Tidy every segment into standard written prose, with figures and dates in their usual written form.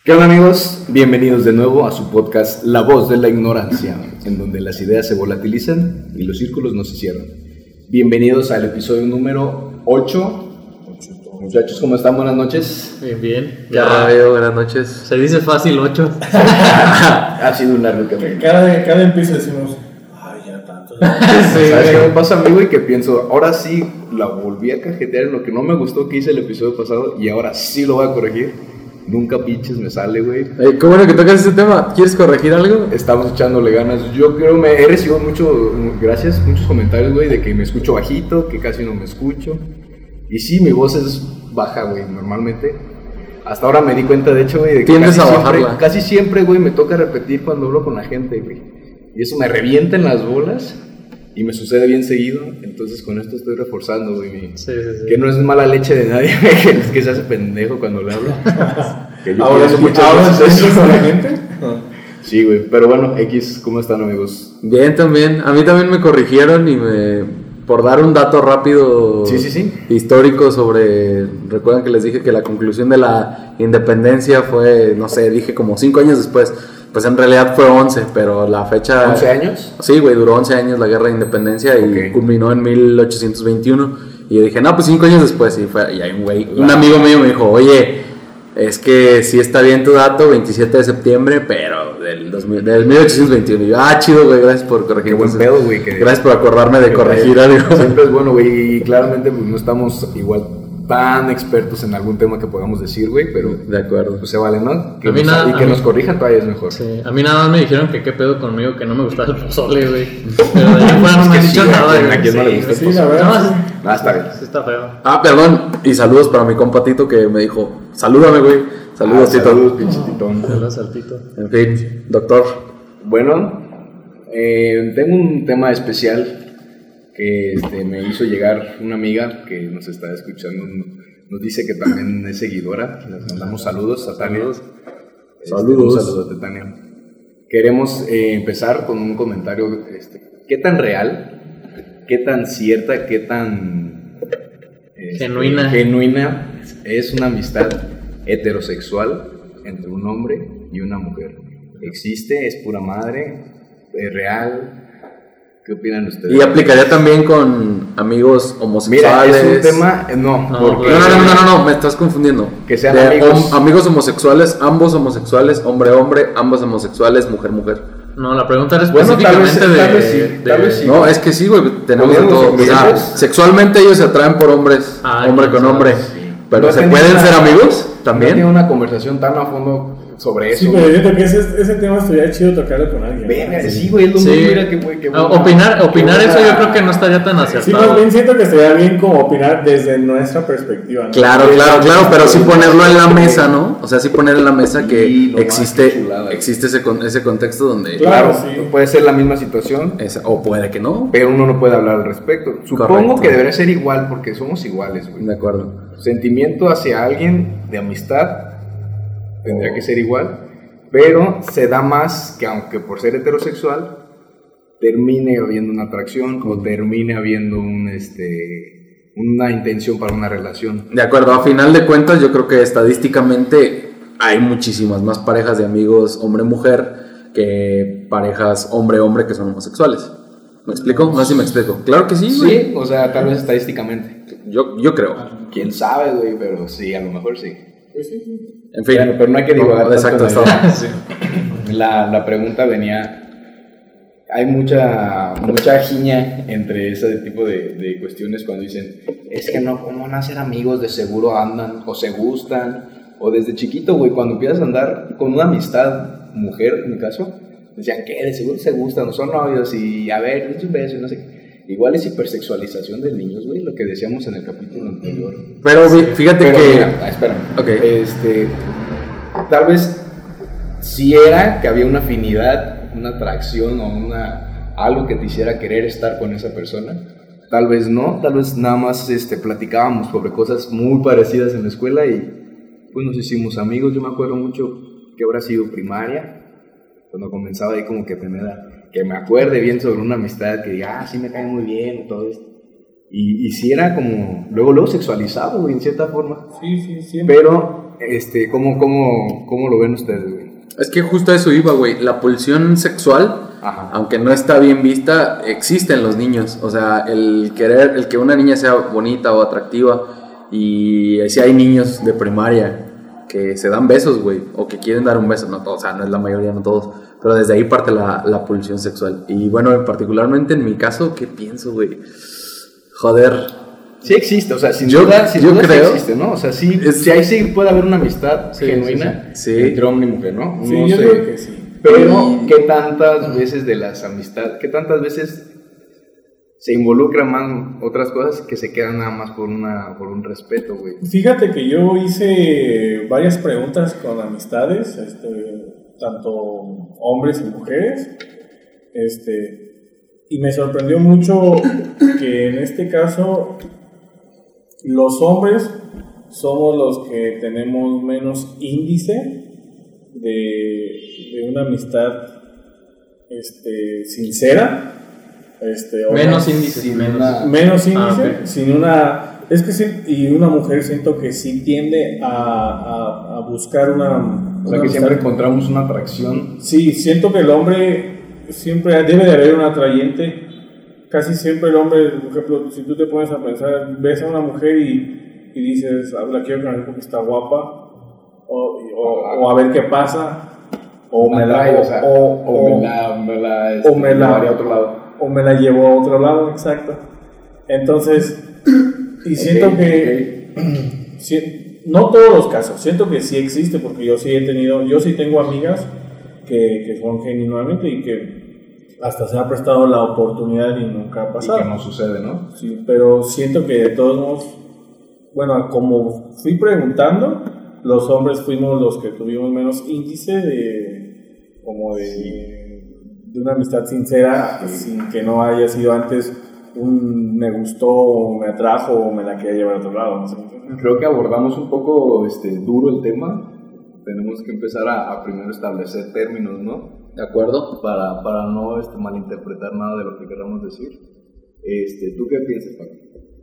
¿Qué onda, amigos? Bienvenidos de nuevo a su podcast La Voz de la Ignorancia, en donde las ideas se volatilizan y los círculos no se cierran. Bienvenidos al episodio número 8. Muchachos, ¿cómo están? Buenas noches. Bien. Ya veo, buenas noches. Se dice fácil 8. Ha sido un largo camino. Cada empiezo decimos, ay, ya tanto. ¿Sabes qué me pasa a mí, güey? Que pienso, ahora sí la volví a cajetear en lo que no me gustó que hice el episodio pasado y ahora sí lo voy a corregir. Nunca pinches me sale, güey. Qué bueno que tocas ese tema. ¿Quieres corregir algo? Estamos echándole ganas. Yo creo he recibido muchos comentarios, güey, de que me escucho bajito, que casi no me escucho. Y sí, mi voz es baja, güey, normalmente. Hasta ahora me di cuenta, de hecho, güey, de que casi siempre, güey, me toca repetir cuando hablo con la gente, güey. Y eso me revienta en las bolas y me sucede bien seguido. Entonces con esto estoy reforzando, güey, Sí. Que no es mala leche de nadie, que se hace pendejo cuando le hablo. Que yo ¿Ahora eso con la gente? Sí, güey, pero bueno, X, ¿cómo están, amigos? Bien, también. A mí también me corrigieron y por dar un dato rápido histórico sobre... Recuerdan que les dije que la conclusión de la independencia fue, no sé, dije como 5 años después. Pues en realidad fue 11, pero la fecha... ¿11 años? Sí, güey, duró 11 años la guerra de independencia y culminó en 1821. Y yo dije, no, pues 5 años después. Y hay un güey, un amigo mío me dijo, oye, es que sí está bien tu dato, 27 de septiembre, pero del 1821. Y yo, chido, güey, gracias por corregir. Qué buen pedo, güey. Gracias por acordarme de corregir algo. Siempre es bueno, güey, y claramente pues, no estamos igual tan expertos en algún tema que podamos decir, güey, pero de acuerdo. Pues se vale, ¿no? Que nos corrijan todavía es mejor. Sí, a mí nada más me dijeron que qué pedo conmigo, que no me gustaba el pozole, güey. Pero de ahí fuera no me han dicho nada, güey. ¿A quién no le gusta el pozole? La verdad. No, está bien. Sí, está feo. Perdón, y saludos para mi compatito que me dijo, salúdame, güey. Saludos, Tito. Saludos, pinche titón. Saludos al Tito. En fin, doctor. Bueno, tengo un tema especial que me hizo llegar una amiga que nos está escuchando. Nos dice que también es seguidora. Les mandamos saludos a Tania. Saludos. Un saludo a Tania. Queremos empezar con un comentario. ¿Qué tan real, qué tan cierta, qué tan genuina es una amistad heterosexual entre un hombre y una mujer? ¿Existe? ¿Es pura madre? ¿Es real? ¿Qué opinan ustedes? ¿Y aplicaría también con amigos homosexuales? Mira, es un tema... No, me estás confundiendo. Que sean amigos... amigos homosexuales, ambos homosexuales, hombre-hombre, ambos homosexuales, mujer-mujer. No, la pregunta era bueno, específicamente tal vez sí. No, es que sí, güey, tenemos de todo. O sea, sexualmente ellos se atraen por hombres, hombre con hombre. Sí. Pero ¿no ¿se pueden ser amigos también? No tiene una conversación tan a fondo sobre eso. Sí, pero yo creo que ese tema estaría chido tocarlo con alguien. Venga, sí, güey, es lo mismo. Mira que opinar eso yo creo que no estaría tan acertado. Sí, más bien siento que estaría bien como opinar desde nuestra perspectiva, ¿no? Claro, pero sí ponerlo en la mesa, ¿no? O sea, sí poner en la mesa que existe ese contexto donde... Claro, sí. Puede ser la misma situación. O puede que no. Pero uno no puede hablar al respecto. Supongo que debería ser igual porque somos iguales, güey. De acuerdo. Sentimiento hacia alguien de amistad tendría que ser igual, pero se da más que aunque por ser heterosexual termine habiendo una atracción o termine habiendo una intención para una relación. De acuerdo, a final de cuentas yo creo que estadísticamente hay muchísimas más parejas de amigos hombre-mujer que parejas hombre-hombre que son homosexuales. ¿Me explico? No sé si me explico. Claro que sí, güey. Sí, o sea, tal vez estadísticamente. Yo creo. Quién sabe, güey, pero sí, a lo mejor sí. En fin. Bueno, pero no hay que divagar. Exacto, sí. La pregunta venía... Hay mucha jiña entre ese tipo de cuestiones cuando dicen, es que no, ¿cómo van a ser amigos? De seguro andan o se gustan. O desde chiquito, güey, cuando empiezas a andar con una amistad mujer, en mi caso, decían que de seguro se gustan, no son novios y a ver, es un beso y no sé qué. Igual es hipersexualización de niños, güey, lo que decíamos en el capítulo anterior. Pero fíjate que... Mira, espérame. Okay. Tal vez si era que había una afinidad, una atracción o algo que te hiciera querer estar con esa persona. Tal vez no, tal vez nada más platicábamos sobre cosas muy parecidas en la escuela y pues nos hicimos amigos. Yo me acuerdo mucho que habrá sido primaria, cuando comenzaba ahí como que que me acuerde bien sobre una amistad que diga, sí me cae muy bien, todo esto. Y sí era como, luego sexualizado, güey, en cierta forma. Sí, siempre. Pero ¿Cómo lo ven ustedes, güey? Es que justo a eso iba, güey. La pulsión sexual, aunque no está bien vista, existe en los niños. O sea, el que una niña sea bonita o atractiva. Y si hay niños de primaria que se dan besos, güey, o que quieren dar un beso, no todos, o sea, no es la mayoría, no todos, pero desde ahí parte la pulsión sexual. Y bueno, particularmente en mi caso, ¿qué pienso, güey? Joder. Sí existe, o sea, sin duda creo, sí existe, ¿no? O sea, sí puede haber una amistad genuina entre hombre y mujer, ¿no? Sí, yo creo que sí. Pero, ¿qué tantas veces de las amistades, qué tantas veces se involucran más otras cosas que se quedan nada más por un respeto, güey? Fíjate que yo hice varias preguntas con amistades, tanto hombres y mujeres, y me sorprendió mucho que en este caso los hombres somos los que tenemos menos índice de una amistad sincera. Menos índice. Menos índice, okay. Sin una... Es que sí, y una mujer siento que sí tiende a buscar una... O sea, que siempre encontramos una atracción. Sí, siento que el hombre siempre debe de haber un atrayente. Casi siempre el hombre, por ejemplo, si tú te pones a pensar, ves a una mujer y dices, la quiero conocer porque está guapa, o a ver qué pasa, o me la llevaría a otro lado. O me la llevo a otro lado, exacto. Entonces, y siento que no todos los casos, siento que sí existe, porque yo sí tengo amigas que son genuinamente y que hasta se ha prestado la oportunidad y nunca ha pasado. Y que no sucede, ¿no? Sí, pero siento que de todos modos, bueno, como fui preguntando, los hombres fuimos los que tuvimos menos índice de una amistad sincera, sin que no haya sido antes un me gustó, o me atrajo, o me la quería llevar a otro lado. No sé. Creo que abordamos un poco duro el tema. Tenemos que empezar a primero establecer términos, ¿no? ¿De acuerdo? Para no malinterpretar nada de lo que queramos decir. ¿Tú qué piensas, Paco?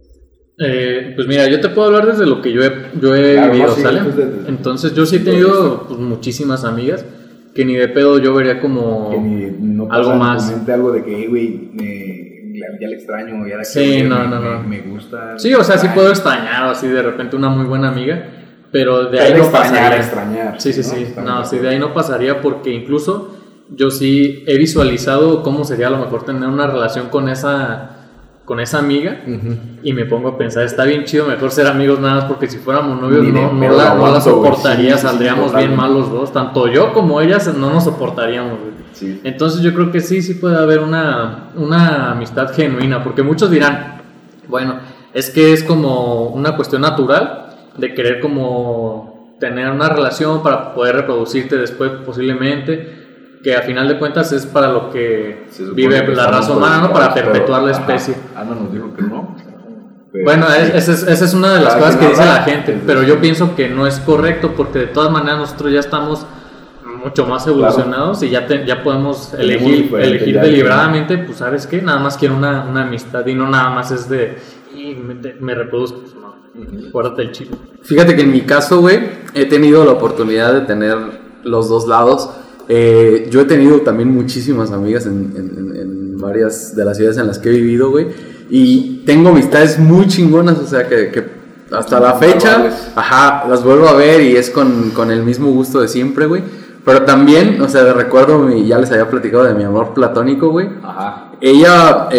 Pues mira, yo te puedo hablar desde lo que yo he vivido, ¿sale? Entonces yo sí he tenido muchísimas amigas que ni de pedo yo vería como algo más. Algo de que, güey, ya le extraño, ya la me gusta. Sí, o sea, sí puedo extrañar, así de repente una muy buena amiga, pero de ahí no pasaría. Extrañar. Sí. No, sí, de ahí no pasaría, porque incluso yo sí he visualizado cómo sería a lo mejor tener una relación con esa amiga, y me pongo a pensar, está bien chido mejor ser amigos nada más, porque si fuéramos novios no la soportaría, saldríamos bien mal los dos, tanto yo como ella no nos soportaríamos, güey. Sí. Entonces yo creo que sí puede haber una amistad genuina, porque muchos dirán, bueno, es que es como una cuestión natural de querer como tener una relación para poder reproducirte después posiblemente, que a final de cuentas es para lo que vive la raza humana, ¿no? Para perpetuar la especie. Ana nos dijo que no. Bueno, esa es una de las cosas que dice la gente, pero yo pienso que no es correcto, porque de todas maneras nosotros ya estamos mucho más evolucionados, y ya podemos elegir deliberadamente, pues ¿sabes qué? Nada más quiero una amistad, y no nada más es me reproduzco, pues, no, guárdate el chile. Fíjate que en mi caso, güey, he tenido la oportunidad de tener los dos lados. Yo he tenido también muchísimas amigas en varias de las ciudades en las que he vivido, güey, y tengo amistades muy chingonas, o sea, que hasta la fecha, las vuelvo a ver, y es con el mismo gusto de siempre, güey. Pero también, o sea, recuerdo, ya les había platicado de mi amor platónico, güey. Ella,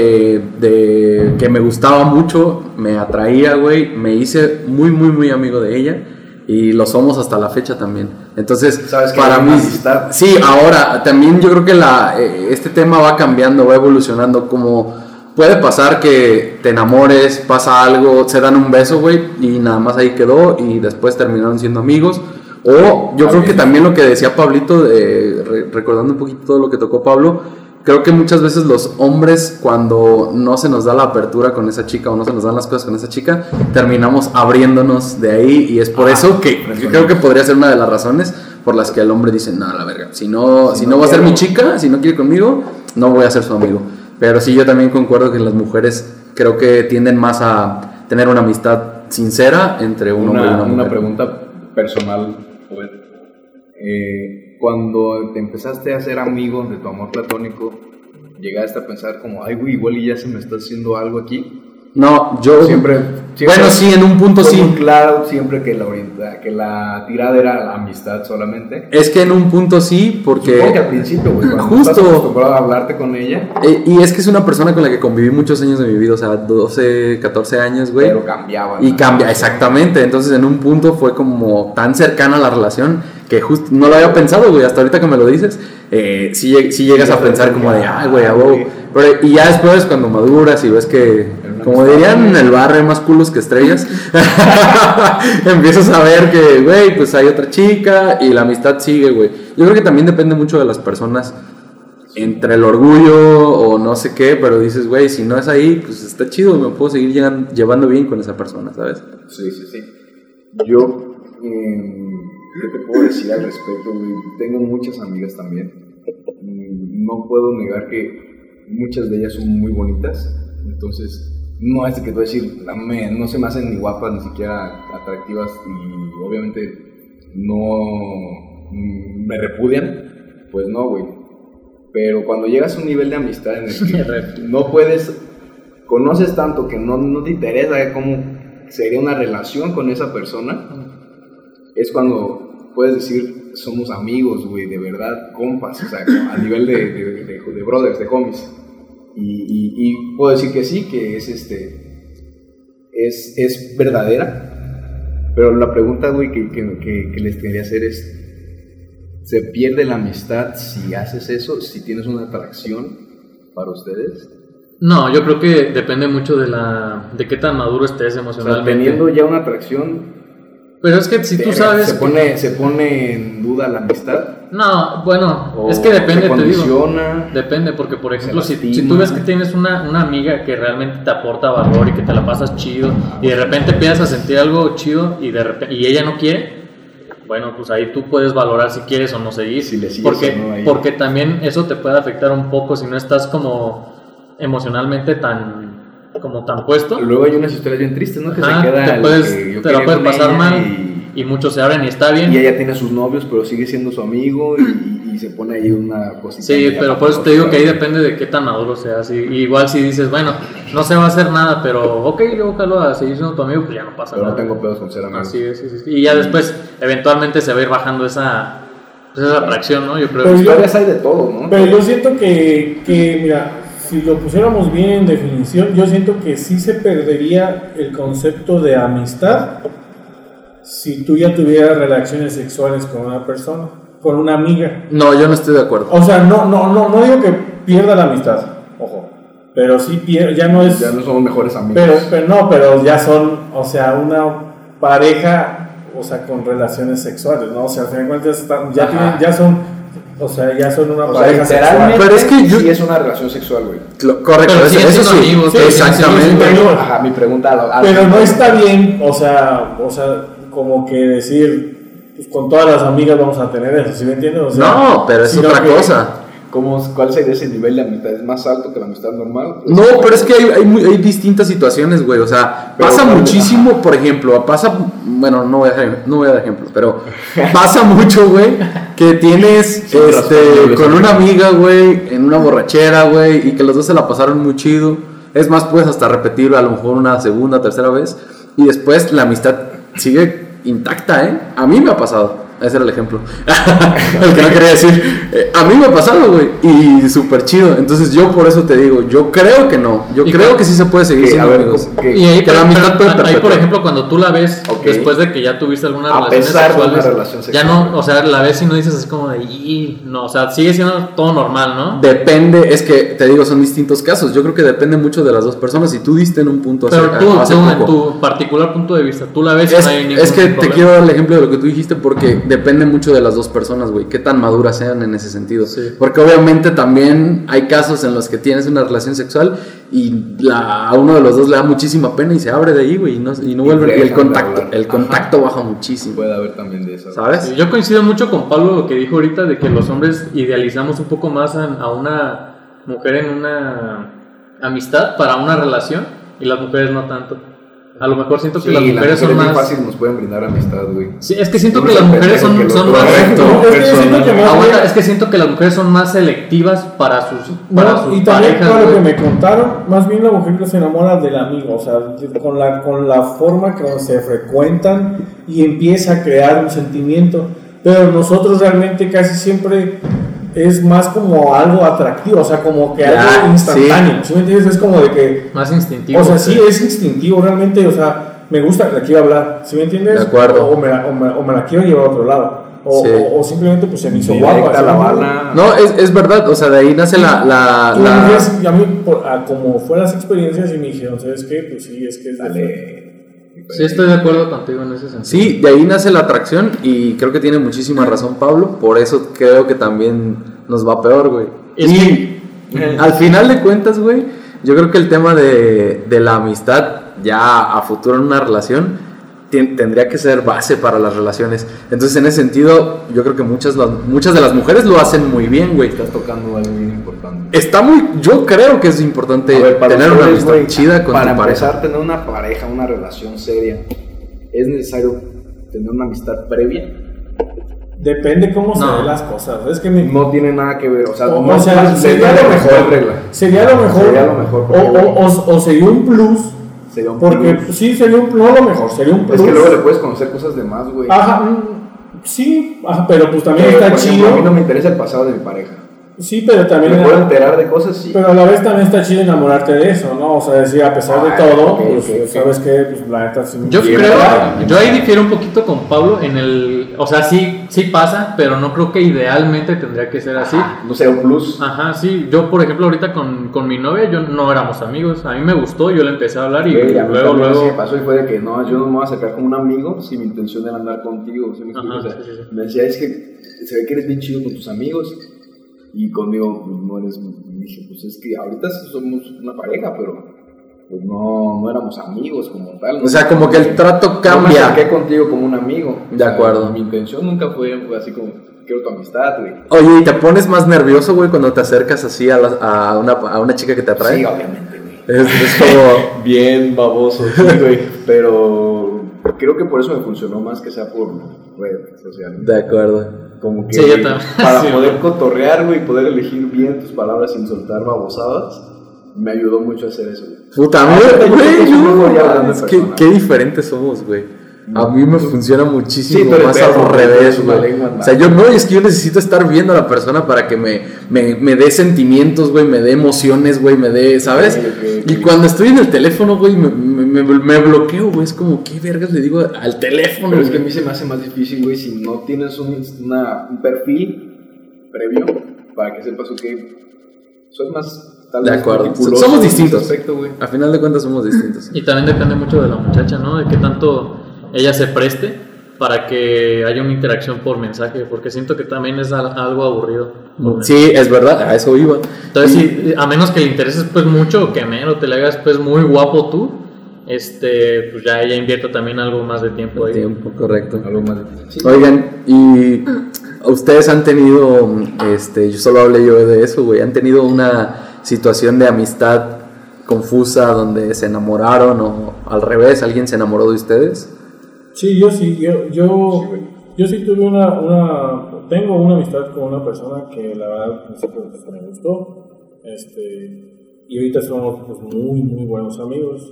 que me gustaba mucho, me atraía, güey, me hice muy, muy, muy amigo de ella. Y lo somos hasta la fecha también. Entonces, ¿sabes qué? Para mí, sí, ahora también yo creo que este tema va cambiando, va evolucionando. Como puede pasar que te enamores, pasa algo, se dan un beso, güey, y nada más ahí quedó, y después terminaron siendo amigos. O yo creo que también lo que decía Pablito, recordando un poquito todo lo que tocó Pablo, creo que muchas veces los hombres, cuando no se nos da la apertura con esa chica, o no se nos dan las cosas con esa chica, terminamos abriéndonos de ahí, y es por eso que yo creo que podría ser una de las razones por las que el hombre dice, no, la verga, si no va a ser mi chica, si no quiere conmigo, no voy a ser su amigo. Pero sí, yo también concuerdo que las mujeres creo que tienden más a tener una amistad sincera entre un hombre y una mujer. Una pregunta personal, pues, cuando te empezaste a hacer amigo de tu amor platónico, llegaste a pensar como, ay, güey, igual y ya se me está haciendo algo aquí. No, yo siempre bueno, sí, en un punto sí. Claro, siempre que la tirada era la amistad solamente. Es que en un punto sí, porque supongo que al principio, güey, cuando justo estás acostumbrado a hablarte con ella. Y es que es una persona con la que conviví muchos años de mi vida, o sea, 12, 14 años, güey. Pero cambiaba. Y cambia, exactamente. Entonces, en un punto fue como tan cercana la relación que justo no lo había pensado, güey. Hasta ahorita que me lo dices, sí llegas a pensar como de, ay, güey, pero y ya después, cuando maduras y ves que, como dirían en el barrio, más culos que estrellas, empiezas a ver que, güey, pues hay otra chica y la amistad sigue, güey. Yo creo que también depende mucho de las personas, entre el orgullo o no sé qué, pero dices, güey, si no es ahí, pues está chido, me puedo seguir llevando bien con esa persona, ¿sabes? Sí. Yo, ¿qué te puedo decir al respecto, güey? Tengo muchas amigas también. No puedo negar que muchas de ellas son muy bonitas, entonces no es de que te voy a decir, no se me hacen ni guapas ni siquiera atractivas y obviamente no me repudian, pues no, güey. Pero cuando llegas a un nivel de amistad en el que no puedes, conoces tanto que no te interesa cómo sería una relación con esa persona, es cuando puedes decir, somos amigos, güey, de verdad, compas, o sea, a nivel de brothers, de homies. Y puedo decir que sí, que es verdadera, pero la pregunta, güey, que les quería hacer es, ¿se pierde la amistad si haces eso? ¿Si tienes una atracción para ustedes? No, yo creo que depende mucho de qué tan maduro estés emocionalmente. O sea, teniendo ya una atracción... Pero es que si tú sabes... ¿Se pone en duda la amistad? No, bueno, es que depende, te digo. Depende, porque por ejemplo, si tú ves que tienes una amiga que realmente te aporta valor y que te la pasas chido, y de repente empiezas a sentir algo chido y ella no quiere, bueno, pues ahí tú puedes valorar si quieres o no seguir. Si le sigues o no ahí. Porque también eso te puede afectar un poco si no estás como emocionalmente tan puesto. Luego hay unas historias bien tristes, ¿no? Que se queda te la puedes pasar mal y muchos se abren y está bien. Y ella tiene sus novios, pero sigue siendo su amigo y se pone ahí una cosita. Sí, pero por eso te digo que ahí depende de qué tan maduro seas. Y igual si dices, bueno, no se va a hacer nada, pero ok, yo ojalá a seguir siendo tu amigo, pues ya no pasa nada. Pero no tengo pedos con ser amigo. Así es, sí. Y ya después, eventualmente se va a ir bajando esa atracción, ¿no? Yo creo que historias hay de todo, ¿no? Pero yo siento que mira, si lo pusiéramos bien en definición, yo siento que sí se perdería el concepto de amistad si tú ya tuvieras relaciones sexuales con una persona, con una amiga. No, yo no estoy de acuerdo. O sea, no digo que pierda la amistad, ojo, pero sí ya no somos mejores amigos. Pero ya son, o sea, una pareja, o sea, con relaciones sexuales, ¿no? O sea, al final de cuentas ya son una pareja sexual. Pero es que sí es una relación sexual, güey. Correcto, eso sí. Amigos, exactamente. Ajá, mi pregunta. Pero no está bien, o sea, como que decir, pues con todas las amigas vamos a tener eso, ¿sí me entiendes? O sea, no, pero es otra cosa. ¿Cuál sería ese nivel de amistad? ¿Es más alto que la amistad normal? No, pero es que hay distintas situaciones, güey. O sea, pasa muchísimo, por ejemplo, bueno, no voy a dar ejemplo, pero pasa mucho, güey, que tienes con una amiga, güey, en una borrachera, güey, y que los dos se la pasaron muy chido. Es más, puedes hasta repetirlo a lo mejor una segunda, tercera vez, y después la amistad sigue intacta, ¿eh? A mí me ha pasado. Ese era el ejemplo. El que no quería decir. A mí me ha pasado, güey. Y súper chido. Entonces yo por eso te digo, yo creo que no. Yo creo que sí se puede seguir siendo amigos. Y ahí, que la amistad puede ahí, por ejemplo, cuando tú la ves, después de que ya tuviste alguna relación sexual, ya no, o sea, la ves y no dices así como de, no, o sea, sigue siendo todo normal, ¿no? Depende, es que te digo, son distintos casos. Yo creo que depende mucho de las dos personas. Si tú diste en un punto pero tú, en tu particular punto de vista, tú la ves y no hay ningún es que problema. Te quiero dar el ejemplo de lo que tú dijiste porque depende mucho de las dos personas, güey, qué tan maduras sean en ese sentido. Sí. Porque obviamente también hay casos en los que tienes una relación sexual y a uno de los dos le da muchísima pena y se abre de ahí, güey, y no vuelve. Y el contacto baja muchísimo. Puede haber también de eso, ¿sabes? Sí, yo coincido mucho con Pablo lo que dijo ahorita de que los hombres idealizamos un poco más a una mujer en una amistad para una relación y las mujeres no tanto. A lo mejor siento que Sí, las mujeres son muy más... fácil nos pueden brindar amistad, güey. Sí, es que siento Uno que es las el mujeres pendejo que son lo más... correcto. No, es que yo siento que más Aguanta, bien- es que siento que las mujeres son más selectivas para sus No, y también parejas, para lo que güey. me contaron, más bien la mujer que se enamora del amigo, o sea, con la forma que se frecuentan y empieza a crear un sentimiento, pero nosotros realmente casi siempre es más como algo atractivo, o sea, como que Ya, algo instantáneo, ¿sí me entiendes? Es como de que, Más instintivo. o sea, sí es instintivo realmente, o sea, me gusta, la quiero hablar, ¿sí me entiendes? De acuerdo. O me la quiero llevar a otro lado, Sí. o simplemente pues se me hizo Directa guapa. a la ¿sí me entiendes? bala. No, es verdad, o sea, de ahí nace Y a la... mí, como fueron las experiencias, y me dijeron, ¿sabes qué? Pues sí, es que es Dale. Sí, estoy de acuerdo contigo en ese sentido. Sí, de ahí nace la atracción y creo que tiene muchísima razón Pablo, por eso creo que también nos va peor, güey. Es Y al final de cuentas, güey, yo creo que el tema de la amistad ya a futuro en una relación tendría que ser base para las relaciones. Entonces, en ese sentido, yo creo que muchas de las mujeres lo hacen muy bien, güey. Estás tocando algo bien importante. Yo creo que es importante A ver, para tener una ustedes, amistad güey, chida con para tu pareja. empezar, tener una pareja, una relación seria, ¿es necesario tener una amistad previa? Depende cómo se No. ven las cosas. Es que No tiene nada que ver, o sea, o no sea, sería lo mejor. regla. Sería lo mejor. Sería lo mejor, porque- O sería un plus. Sería un Porque plus. sí, sería un no lo mejor, sería un plus. Es que luego le puedes conocer cosas de más, güey. Ajá, sí, ajá, pero pues también Por está ejemplo, a mí no chido. me interesa el pasado de mi pareja. Sí, pero también. Me puedo enterar de cosas, sí. Pero a la vez también está chido enamorarte de eso, ¿no? O sea, decir, a pesar de Ah, todo, ok, pues, ok. ¿sabes qué? Pues la neta sí me Yo quiero. creo, Claro. yo ahí difiero un poquito con Pablo en el, o sea, sí pasa, pero no creo que idealmente tendría que ser así. No sea un plus. Ajá, sí, yo por ejemplo ahorita con mi novia, yo no éramos amigos, a mí me gustó, yo le empecé a hablar y Güey, a mí luego, también así me luego, pasó y fue de que no, yo no me voy a acercar como un amigo si mi intención era andar contigo. ¿Sí me explico? Ajá, O sea, sí, sí. me decía, es que se ve que eres bien chido con tus amigos y conmigo pues, no eres. Dije, pues es que ahorita somos una pareja, pero pues no éramos amigos como tal. O sea, como que el trato No me cambia. acerqué contigo como un amigo. De acuerdo. Mi intención nunca fue así como, quiero tu amistad, güey. Oye, ¿y te pones más nervioso, güey, cuando te acercas así a una chica que te atrae? Sí, obviamente, güey. Es como... Bien baboso, sí, güey. Pero creo que por eso me funcionó más que sea por red social. De acuerdo. Como que Sí, yo también. para Sí, poder güey. cotorrear, güey, poder elegir bien tus palabras sin soltar babosadas, me ayudó mucho a hacer eso, güey. Puta, Ah, yo güey, creo que no, mejor ya hablando en es persona. qué diferentes somos, güey. A mí me funciona Sí, muchísimo tú eres más perro, al güey, tú revés, eres una güey. lengua O sea, yo no, es que yo necesito estar viendo a la persona para que me dé sentimientos, güey, me dé emociones, güey, me dé, ¿sabes? Ok. Y cuando estoy en el teléfono, güey, me bloqueo, güey, es como, ¿qué vergas le digo al teléfono? Pero es que a güey? mí se me hace más difícil, güey, si no tienes un perfil previo para que sepas, ok, soy más tal De vez acuerdo. meticuloso Somos en ese distintos. aspecto, güey. A final de cuentas somos distintos. Y también depende mucho de la muchacha, ¿no? De qué tanto ella se preste para que haya una interacción por mensaje, porque siento que también es algo aburrido. por mensaje. Sí, es verdad, a eso iba. Entonces, sí, a menos que le intereses pues mucho o que mero te le hagas pues muy guapo tú, pues ya ella invierta también algo más de tiempo ahí. Tiempo, correcto. Algo más. Sí. Oigan, y ustedes han tenido, yo solo hablé yo de eso, güey, han tenido una situación de amistad confusa donde se enamoraron o al revés, alguien se enamoró de ustedes. Sí, yo sí tuve tengo una amistad con una persona que la verdad al principio pues, me gustó, y ahorita somos pues, muy muy buenos amigos,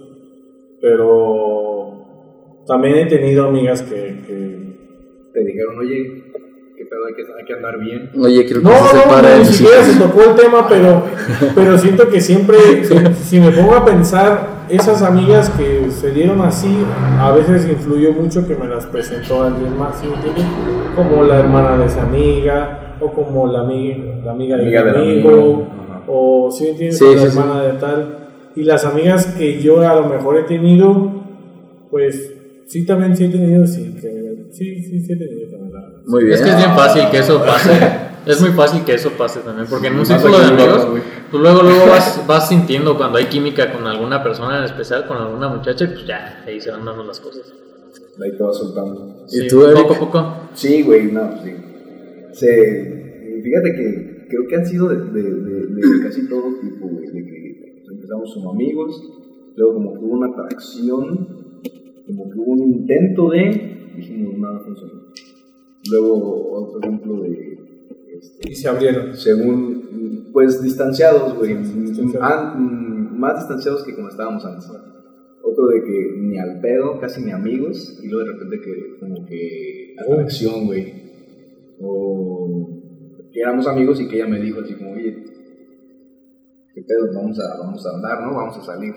pero también he tenido amigas que Te dijeron, oye, qué pedo, hay que andar bien. Oye, quiero que no, se separen. ni siquiera se tocó el tema, pero siento que siempre, si me pongo a pensar, esas amigas que se dieron así, a veces influyó mucho que me las presentó alguien más, ¿sí me entiendes? Como la hermana de esa amiga, o como la amiga de mi Amiga del amigo, amigo. Ajá. o ¿sí me entiendes? Sí, O la sí, sí. hermana de tal. Y las amigas que yo a lo mejor he tenido, pues sí, también sí he tenido, sí he tenido también. Muy bien. Es que es bien fácil que eso pase. Es muy fácil que eso pase también, porque en un Más círculo de aquí en amigos, Europa, güey. tú luego vas sintiendo cuando hay química con alguna persona en especial, con alguna muchacha, y pues ya, ahí se van dando las cosas. Ahí te vas soltando. ¿Y Sí, tú, Eric? poco a poco. Sí, güey, no, sí. Fíjate que creo que han sido de casi todo tipo, güey. De que empezamos como amigos, luego como que hubo una atracción como que hubo un intento de, dijimos, nada funcionó. Luego, otro ejemplo de... y se abrieron. Según, pues, distanciados, güey. Más distanciados que como estábamos antes. Otro de que ni al pedo, casi ni amigos, y luego de repente que como que atracción, güey. O que éramos amigos y que ella me dijo así como, oye, qué pedo, vamos a andar, ¿no? Vamos a salir.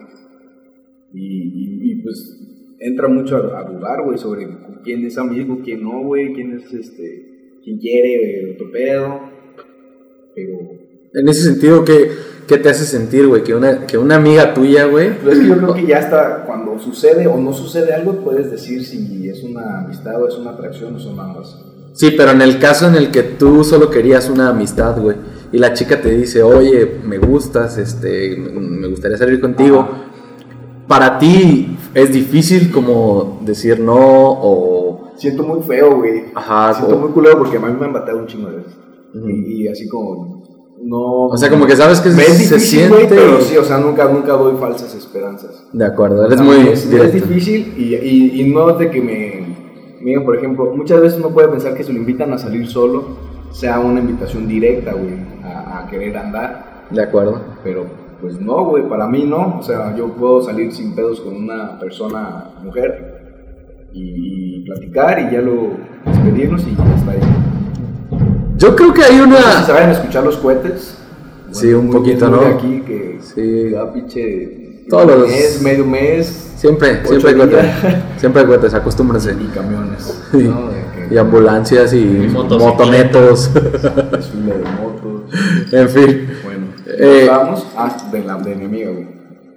Y pues entra mucho a dudar, güey, sobre quién es amigo, quién no, güey, quién es quién quiere otro pedo. Pero en ese sentido, ¿qué te hace sentir, güey? Que una amiga tuya, güey. Pero es que yo creo que ya hasta cuando sucede o no sucede algo, puedes decir si es una amistad o es una atracción o son ambas. Sí, pero en el caso en el que tú solo querías una amistad, güey, y la chica te dice, oye, me gustas, me gustaría salir contigo. Ajá. Para ti es difícil como decir no o... Siento muy feo, güey. Ajá. Siento muy culero porque a mí me han bateado un chingo de veces. Y así como... No, o sea, como que sabes que es se difícil, siente, güey, pero sí, o sea, nunca doy falsas esperanzas. De acuerdo, eres es difícil y no de que me digan, por ejemplo, muchas veces uno puede pensar que si lo invitan a salir solo sea una invitación directa, güey, a querer andar. De acuerdo. Pero pues no, güey, para mí no, o sea, yo puedo salir sin pedos con una persona mujer y platicar y ya lo despedirnos y ya está ahí. Yo creo que hay una... No sé si se vayan a escuchar los cohetes. Bueno, sí, un poquito, ¿no? Aquí que sí. Da pinche... Todos los... medio mes. Siempre hay cohetes. Siempre hay cohetes, acostúmbrense. Y camiones. Sí. ¿No? Y ambulancias y motonetos. Desfile de motos. En fin. Bueno, vamos de mi amiga, güey.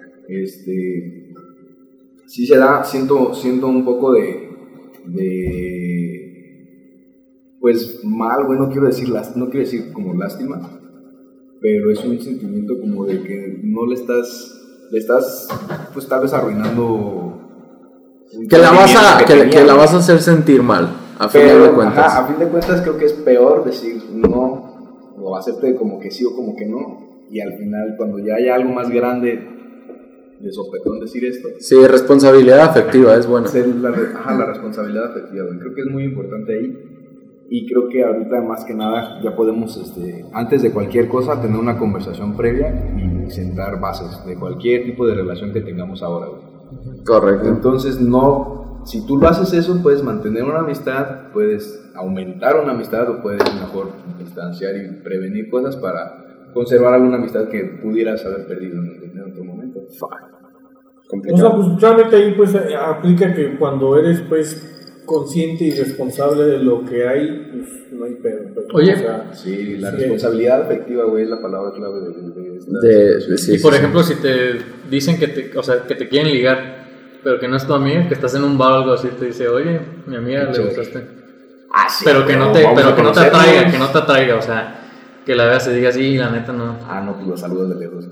Sí se da, siento un poco de pues mal, güey, no quiero decir como lástima, pero es un sentimiento como de que no le estás pues tal vez arruinando que la vas a hacer sentir mal, a fin de cuentas. Ajá, a fin de cuentas creo que es peor decir no, o acepte como que sí o como que no, y al final cuando ya hay algo más grande de sopetón decir esto. Sí, responsabilidad afectiva es buena. La responsabilidad afectiva, güey, creo que es muy importante ahí. Y creo que ahorita más que nada ya podemos, antes de cualquier cosa, tener una conversación previa y sentar bases de cualquier tipo de relación que tengamos ahora, güey. Correcto. Entonces, si tú lo haces eso, puedes mantener una amistad, puedes aumentar una amistad o puedes mejor distanciar y prevenir cosas para conservar alguna amistad que pudieras haber perdido en otro momento. Complicado. O sea, pues realmente ahí pues aplica que cuando eres pues consciente y responsable de lo que hay, pues no hay pedo. Pues, oye, o sea, sí, la responsabilidad afectiva, güey, es la palabra clave y por ejemplo, si te dicen que te quieren ligar, pero que no es tu amiga, que estás en un bar o algo así, te dice, oye, mi amiga le gustaste. Sí, pero que no te atraiga, o sea, que la veas y digas, sí, la neta no. No, pues los saludos de lejos.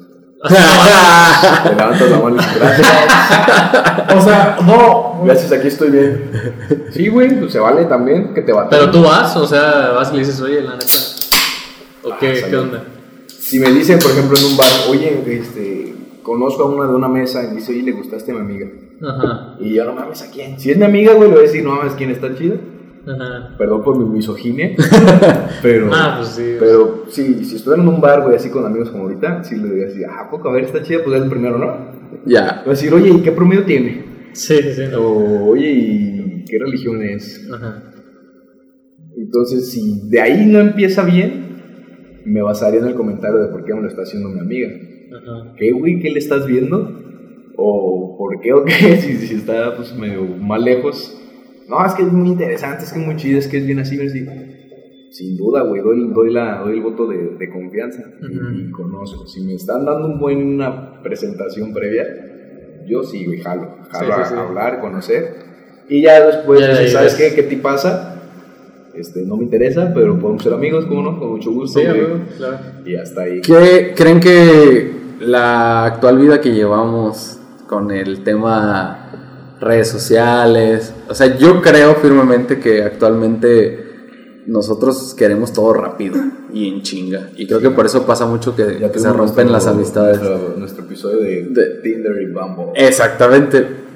Te levantas la mano y gracias. O sea, no. Gracias, aquí estoy bien. Sí, güey, pues se vale también que te va. Pero tú vas y le dices, oye, la neta. ¿O qué onda? Si me dicen, por ejemplo, en un bar, oye, conozco a una de una mesa y me dice, oye, le gustaste a mi amiga. Ajá. Y yo, no mames, ¿a quién? Si es mi amiga, güey, le voy a decir, no mames, ¿quién está chida? Ajá. Perdón por mi misoginia. pero pues sí. Pero sí, si estuviera en un bar, güey, así con amigos como ahorita, sí le diría así, poco, a ver, está chida, pues es el primero, ¿no? Ya. Voy a decir, oye, ¿y qué promedio tiene? Sí. No. O, oye, ¿y qué religión es? Ajá. Entonces, si de ahí no empieza bien, me basaría en el comentario de por qué me lo está haciendo mi amiga. Ajá. ¿Qué, güey? ¿Qué le estás viendo? ¿O por qué o qué? Si está, pues, medio más lejos. No, es que es muy interesante, es que es muy chido, es que es bien así, sin duda, güey, doy el voto de confianza y conozco. Si me están dando una presentación previa, yo sí, güey, jalo a hablar, conocer, y ya después, ¿sabes qué? ¿Qué te pasa? No me interesa, pero podemos ser amigos, ¿cómo no? Con mucho gusto, sí, güey, claro. Y hasta ahí. ¿Qué creen que la actual vida que llevamos con el tema redes sociales, o sea, yo creo firmemente que actualmente nosotros queremos todo rápido y en chinga, y creo que por eso pasa mucho que se rompen las amistades. Nuestro episodio de Tinder y Bumble. Exactamente,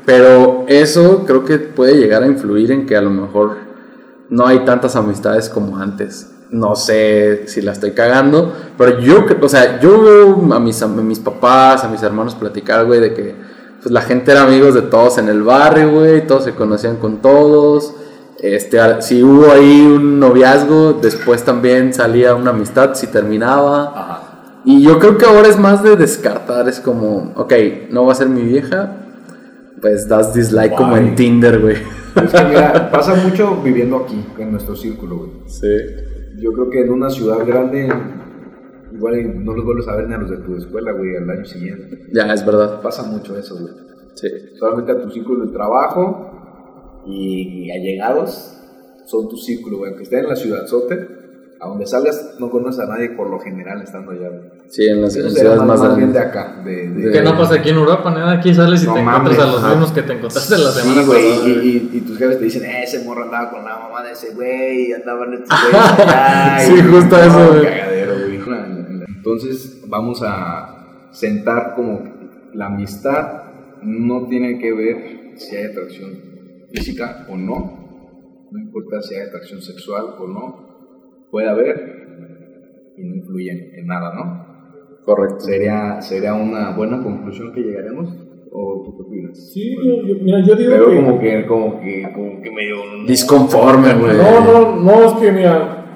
Pero eso creo que puede llegar a influir en que a lo mejor no hay tantas amistades como antes. No sé si la estoy cagando, pero yo veo a mis papás, a mis hermanos platicar, güey, de que pues la gente era amigos de todos en el barrio, güey, todos se conocían con todos. Si hubo ahí un noviazgo, después también salía una amistad, si terminaba. Ajá. Y yo creo que ahora es más de descartar, es como, ok, no va a ser mi vieja, pues das dislike. Guay. Como en Tinder, güey. Es que mira, pasa mucho viviendo aquí, en nuestro círculo, güey. Sí. Yo creo que en una ciudad grande, igual no los vuelves a ver ni a los de tu escuela, güey, al año siguiente. Ya, es verdad. Pasa mucho eso, güey. Sí. Solamente a tu círculo de trabajo y allegados son tu círculo, güey. Aunque estés en la ciudad sote, a donde salgas no conoces a nadie por lo general estando allá, güey. Sí, en las ciudades más grandes de acá. Que no pasa aquí en Europa, nada. Aquí sales y no te encuentras a los mismos que te encontraste la semana pasada. Y tus jefes te dicen, ese morro andaba con la mamá de ese güey, andaban estos güeyes. Sí, justo eso, güey. Cagadero, güey. Entonces, vamos a sentar como la amistad no tiene que ver si hay atracción física o no. No importa si hay atracción sexual o no. Puede haber y no influye en nada, ¿no? Correcto. ¿Sería una buena conclusión que llegaremos? ¿O tú qué opinas? Sí, yo digo pero que... como que medio... disconforme, güey. No, es que mira,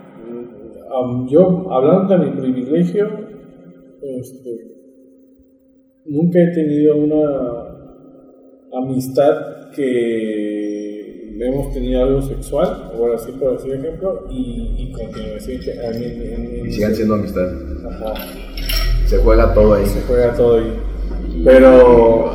yo hablando de mi privilegio, nunca he tenido una amistad que hemos tenido algo sexual, o así por decir ejemplo, y continuación y sigan siendo amistad. Ajá. Se juega todo ahí. Pero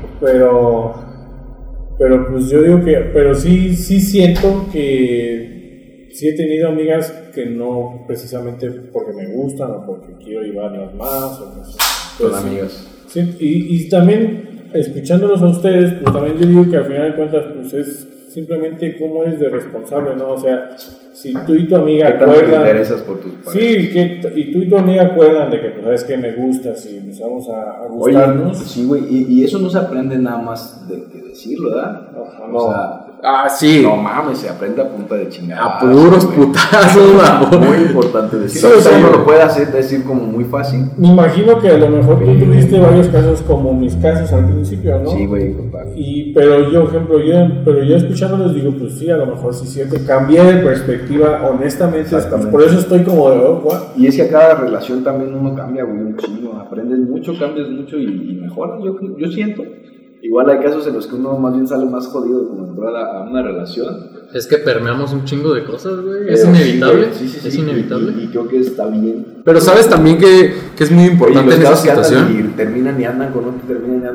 pues yo digo que, pero sí siento que sí he tenido amigas que no precisamente porque me gustan o porque quiero llevarlas más o no sé. Son amigas. Sí, y también escuchándolos a ustedes, pues también yo digo que al final de cuentas pues es simplemente cómo eres de responsable, ¿no? O sea, si tú y tu amiga acuerdan... te interesas por tus parejas. Sí, y tú y tu amiga acuerdan de que, pues, sabes que me gustas y empezamos a gustarnos. Oye, sí, güey, y eso no se aprende nada más de decirlo, ¿verdad? No. O sea... sí. No mames, se aprende a punta de chingada. A puros putazos, muy importante decirlo. Sí, uno lo puede decir como muy fácil. Me imagino que a lo mejor tú tuviste varios casos como mis casos al principio, ¿no? Sí, güey, total. Pero yo escuchándolos digo, pues sí, a lo mejor sí siento, cambié de perspectiva, honestamente, pues por eso estoy como de, Y es que a cada relación también uno cambia, güey, un chingo, aprendes mucho, cambias mucho y mejoras, yo siento. Igual hay casos en los que uno más bien sale más jodido como entrar a una relación. Es que permeamos un chingo de cosas, güey. Es inevitable. Sí, es inevitable. Y creo que está bien. Pero sabes también que es muy importante en esa situación. Y terminan y andan con otro,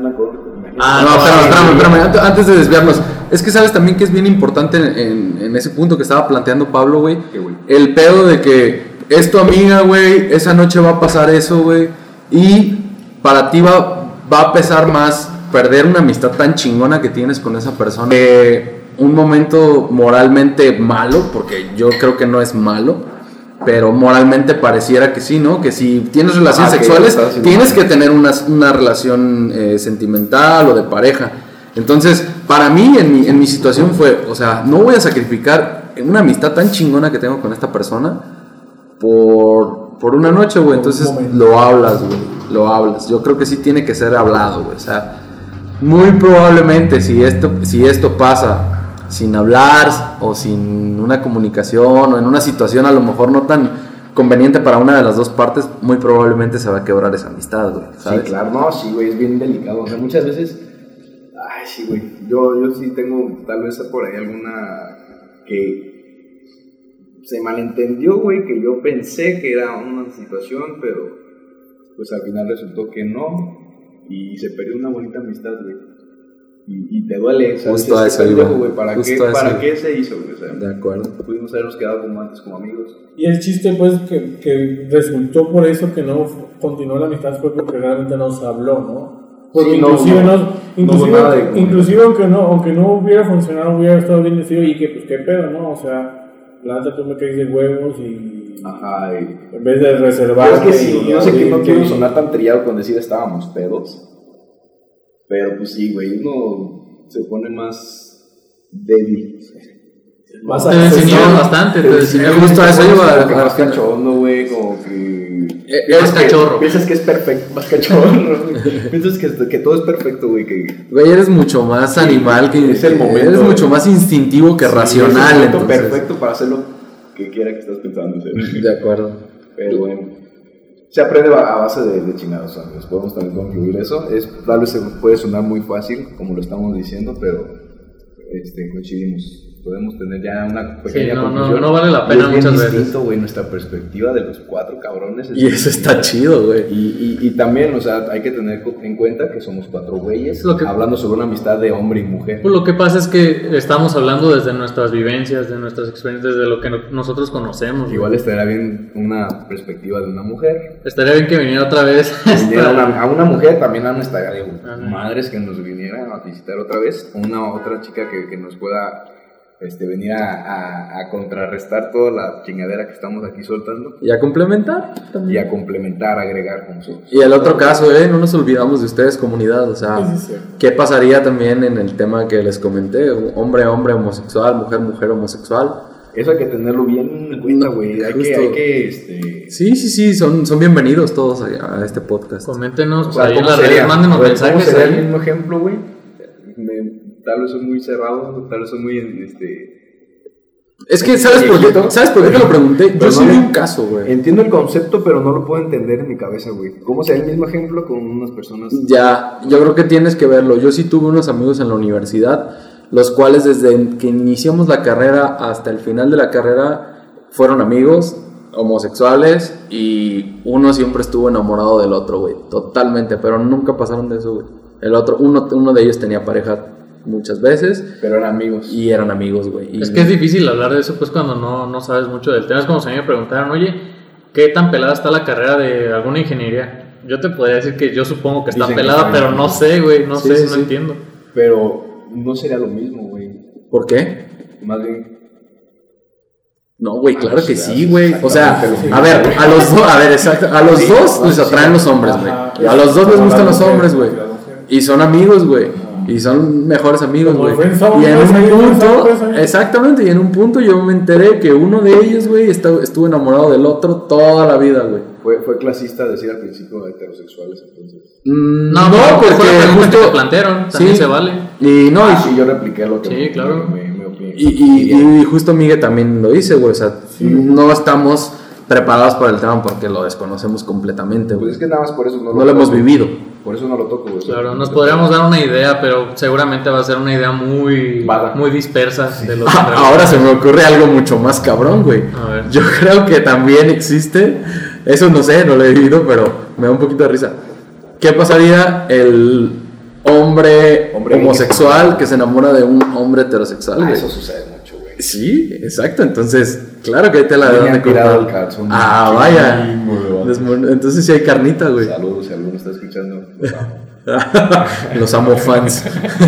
espérame, antes de desviarnos. Es que sabes también que es bien importante en ese punto que estaba planteando Pablo, güey. El pedo de que es tu amiga, güey, esa noche va a pasar eso, güey. Y para ti va a pesar más perder una amistad tan chingona que tienes con esa persona. Un momento moralmente malo, porque yo creo que no es malo, pero moralmente pareciera que sí, ¿no? Que si tienes relaciones sexuales, tienes que tener una relación sentimental o de pareja. Entonces, para mí, en mi situación fue, o sea, no voy a sacrificar una amistad tan chingona que tengo con esta persona por una noche, güey. Entonces, lo hablas, güey, lo hablas. Yo creo que sí tiene que ser hablado, güey. O sea, muy probablemente si esto pasa sin hablar o sin una comunicación o en una situación a lo mejor no tan conveniente para una de las dos partes, muy probablemente se va a quebrar esa amistad, güey, ¿sabes? Sí, claro, no, sí, güey, es bien delicado. O sea, muchas veces, ay, sí, güey, yo sí tengo tal vez por ahí alguna que se malentendió, güey, que yo pensé que era una situación, pero pues al final resultó que no. Y se perdió una bonita amistad, güey. Y te duele, ¿sabes? Justo a eso, güey. ¿Para qué se hizo, güey? O sea, de acuerdo. Pudimos habernos quedado como antes, como amigos. Y el chiste, pues, que resultó por eso que no continuó la amistad fue porque realmente no se habló, ¿no? Porque sí, inclusive aunque no hubiera funcionado, hubiera estado bien decidido y que, pues, qué pedo, ¿no? O sea, la neta tú me caes de huevos y... Ajá, en vez de reservar. Es que sí, no sé que no quiero sonar tan trillado con decir estábamos pedos, Pero pues sí, güey, uno se pone más débil. Te desinhibes bastante, te desinhibes. Justo a eso iba. Más cachondo, güey, como que... Más cachorro. Piensas que es perfecto, más cachorro. Piensas que todo es perfecto, güey. Güey, eres mucho más animal que... Es el momento. Eres mucho más instintivo que racional. Es el entonces. perfecto para hacer lo que quiera que estás pensando hacer. De acuerdo. Pero bueno, se aprende a base de chingados, amigos. Podemos también concluir eso. Tal vez puede sonar muy fácil, como lo estamos diciendo, pero coincidimos. Podemos tener ya una pequeña conclusión. No vale la pena muchas veces. Distinto, güey, nuestra perspectiva de los 4 cabrones. Y eso está chido, güey. Y también, o sea, hay que tener en cuenta que somos 4 güeyes hablando sobre una amistad de hombre y mujer. Pues lo que pasa es que estamos hablando desde nuestras vivencias, de nuestras experiencias, de lo que nosotros conocemos. Igual estaría bien una perspectiva de una mujer. Estaría bien que viniera otra vez. A una mujer también a nuestra madres que nos vinieran a visitar otra vez. Otra chica que nos pueda... venir a contrarrestar toda la chingadera que estamos aquí soltando. Y a complementar también. Y a complementar, agregar con nosotros. Y el otro caso, no nos olvidamos de ustedes, comunidad. O sea, ¿qué pasaría también en el tema que les comenté? Hombre, homosexual, mujer, homosexual. Eso hay que tenerlo bien en cuenta, güey. Hay que Sí, son bienvenidos todos a este podcast. Coméntenos, o sea, ahí en las redes, mándenos mensajes. ¿Cómo sería el mismo ejemplo, güey? Tal vez soy muy cerrado, tal vez soy muy... Es que, ¿sabes por qué te lo pregunté? Yo soy un caso, güey. Entiendo el concepto, pero no lo puedo entender en mi cabeza, güey. ¿Cómo sería el mismo ejemplo con unas personas? Ya, yo creo que tienes que verlo. Yo sí tuve unos amigos en la universidad, los cuales desde que iniciamos la carrera hasta el final de la carrera fueron amigos homosexuales y uno siempre estuvo enamorado del otro, güey. Totalmente, pero nunca pasaron de eso, güey. El otro, uno de ellos tenía pareja muchas veces. Pero eran amigos. Y eran amigos, güey. Es que es difícil hablar de eso pues cuando no sabes mucho del tema. Es como si a mí me preguntaran, oye, ¿qué tan pelada está la carrera de alguna ingeniería? Yo te podría decir que yo supongo que está pelada, pero no sé, güey, no entiendo. Pero no sería lo mismo, güey. ¿Por qué? Más bien... No, güey, claro que sí, güey. O sea, a ver, a los dos les atraen los hombres, güey. A los dos les gustan los hombres, güey. Y son amigos, güey. Y son mejores amigos, güey. Y en un punto, exactamente, y en un punto yo me enteré que uno de ellos, güey, estuvo enamorado del otro toda la vida, güey. Fue clasista decir al principio heterosexuales, entonces. No, porque porque justo te plantearon, también se vale. Y no, sí, yo repliqué lo que sí, claro. Y justo Miguel también lo dice, güey. O sea, no estamos preparados para el tema porque lo desconocemos completamente, güey. Pues es que nada más por eso no lo hemos vivido. Por eso no lo toco, güey. Claro, nos podríamos dar una idea, pero seguramente va a ser una idea muy dispersa de lo que ahora se me ocurre algo mucho más cabrón, güey. A ver. Yo creo que también existe, eso no sé, no lo he vivido, pero me da un poquito de risa. ¿Qué pasaría el hombre homosexual que se enamora de un hombre heterosexual, güey? Eso sucede mucho, güey. Sí, exacto. Entonces, claro que ahí te la deben de comprar. Vaya. Entonces sí hay carnita, güey. Saludos, si alguno está escuchando. Los amo fans.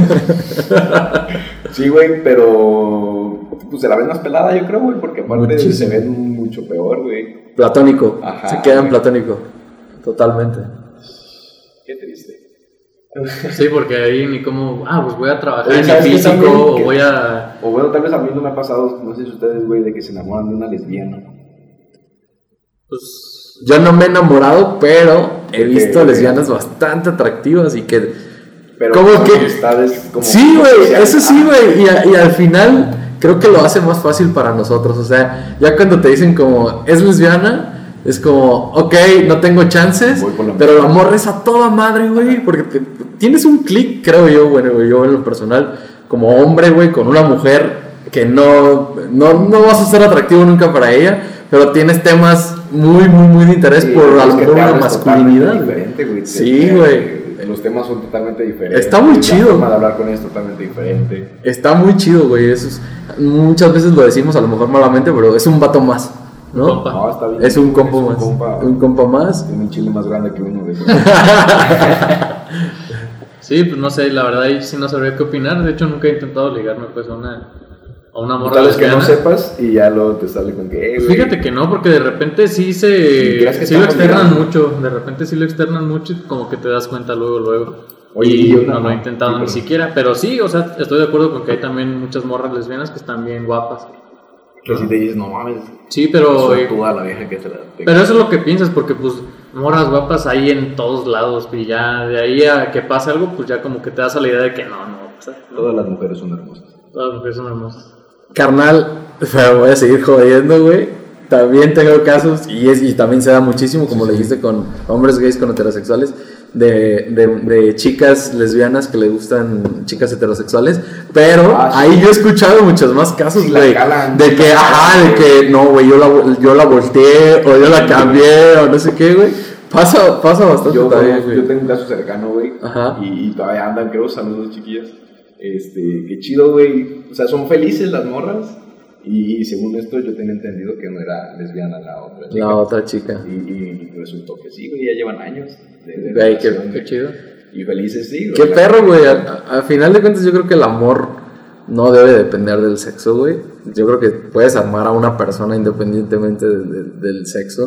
Sí, güey, pero pues se la ven más pelada, yo creo, güey, porque aparte se ven mucho peor, güey. Platónico. Ajá, se quedan platónico. Totalmente. Qué triste. Sí, porque ahí ni como, pues voy a trabajar en mi físico o voy a... O bueno, tal vez a mí no me ha pasado, no sé si ustedes, güey, de que se enamoran de una lesbiana. Pues... Yo no me he enamorado, pero he visto lesbianas bastante atractivas y que... Pero como que... Como sí, güey, eso sí, güey, y al final creo que lo hace más fácil para nosotros. O sea, ya cuando te dicen como, es lesbiana... Es como, ok, no tengo chances, pero la morra es a toda madre, güey, porque tienes un click, creo yo, bueno, yo en lo personal, como hombre, güey, con una mujer que no vas a ser atractivo nunca para ella, pero tienes temas muy de interés por a lo mejor una masculinidad. Diferente, güey. Sí, güey. Los temas son totalmente diferentes. Está muy chido. La forma de hablar con ellos es totalmente diferente. Está muy chido, güey. Muchas veces lo decimos a lo mejor malamente, pero es un vato más. ¿No? No, está bien. Es un compa más. Un compa más. Tiene un chile más grande que uno de esos. Sí, pues no sé, la verdad ahí sí no sabría qué opinar. De hecho, nunca he intentado ligarme pues a una morra tal vez que lesbiana. no sepas y ya luego te sale con que Fíjate que no, porque de repente sí lo externan mucho. De repente sí lo externan mucho y como que te das cuenta luego. Oye, y yo no lo he intentado ni siquiera, pero sí, o sea, estoy de acuerdo con que hay también muchas morras lesbianas que están bien guapas. Que si te dices, no mames. Sí, pero. Toda la vieja que se la. Pero eso es lo que piensas, porque pues morras guapas hay en todos lados, y ya de ahí a que pase algo, pues ya como que te das a la idea de que no va a pasar. Todas las mujeres son hermosas. Todas las mujeres son hermosas. Carnal, pero voy a seguir jodiendo, güey. También tengo casos, y también se da muchísimo, como le dijiste, con hombres gays, con heterosexuales, de chicas lesbianas que le gustan chicas heterosexuales, pero ahí yo he escuchado muchos más casos, güey, de que no, güey, yo la volteé, o yo la cambié, o no sé qué, güey. Pasa bastante todavía, güey. Yo tengo un caso cercano, güey, y todavía andan, creo, saludos, chiquillas. Qué chido, güey, o sea, son felices las morras. Y según esto yo tenía entendido que no era lesbiana la otra chica. Y resultó que sí, güey, ya llevan años de güey, qué chido. Y felices, sí, güey. Qué perro, güey. Al final de cuentas yo creo que el amor no debe depender del sexo, güey. Yo creo que puedes amar a una persona independientemente del sexo.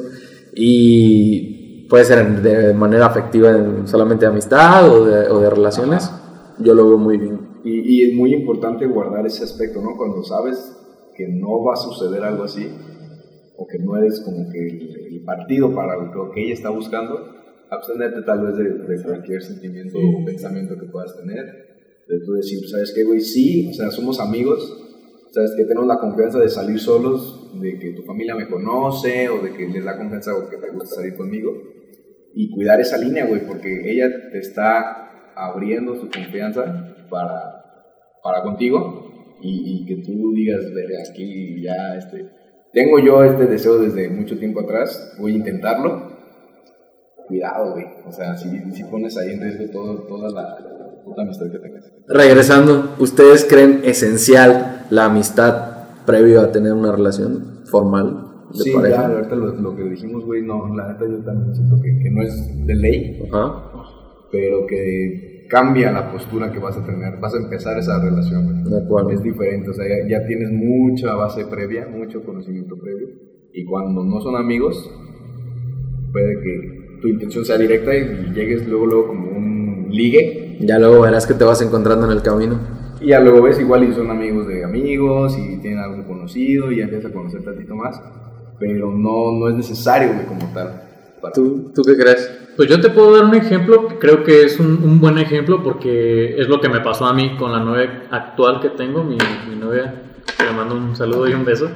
Y puede ser de manera afectiva, solamente de amistad o de relaciones. Yo lo veo muy bien. Y es muy importante guardar ese aspecto, ¿no? Cuando sabes que no va a suceder algo así, o que no eres como que el partido para lo que ella está buscando, abstenerte tal vez de cualquier sentimiento o pensamiento que puedas tener, de tú decir, ¿sabes qué, güey? Sí, o sea, somos amigos, ¿sabes qué? Tenemos la confianza de salir solos, de que tu familia me conoce, o de que les da confianza o que te gusta salir conmigo, y cuidar esa línea, güey, porque ella te está abriendo su confianza para contigo, y que tú digas, verga, aquí ya, tengo yo este deseo desde mucho tiempo atrás, voy a intentarlo. Cuidado, güey, o sea, si pones ahí en riesgo toda la amistad que tengas. Regresando, ¿ustedes creen esencial la amistad previo a tener una relación formal de pareja? Sí, ahorita lo que dijimos, güey, no, la neta yo también siento que no es de ley, pero que cambia la postura que vas a tener, vas a empezar esa relación, de acuerdo. Es diferente, o sea, ya tienes mucha base previa, mucho conocimiento previo, y cuando no son amigos, puede que tu intención sea directa y llegues luego como un ligue. Ya luego verás que te vas encontrando en el camino. Y ya luego ves igual y son amigos de amigos, y tienen algún conocido, y ya empiezas a conocer tantito más, pero no es necesario, güey, como tal. ¿Tú qué crees? Pues yo te puedo dar un ejemplo que creo que es un buen ejemplo porque es lo que me pasó a mí con la novia actual que tengo, mi novia, que le mando un saludo y un beso.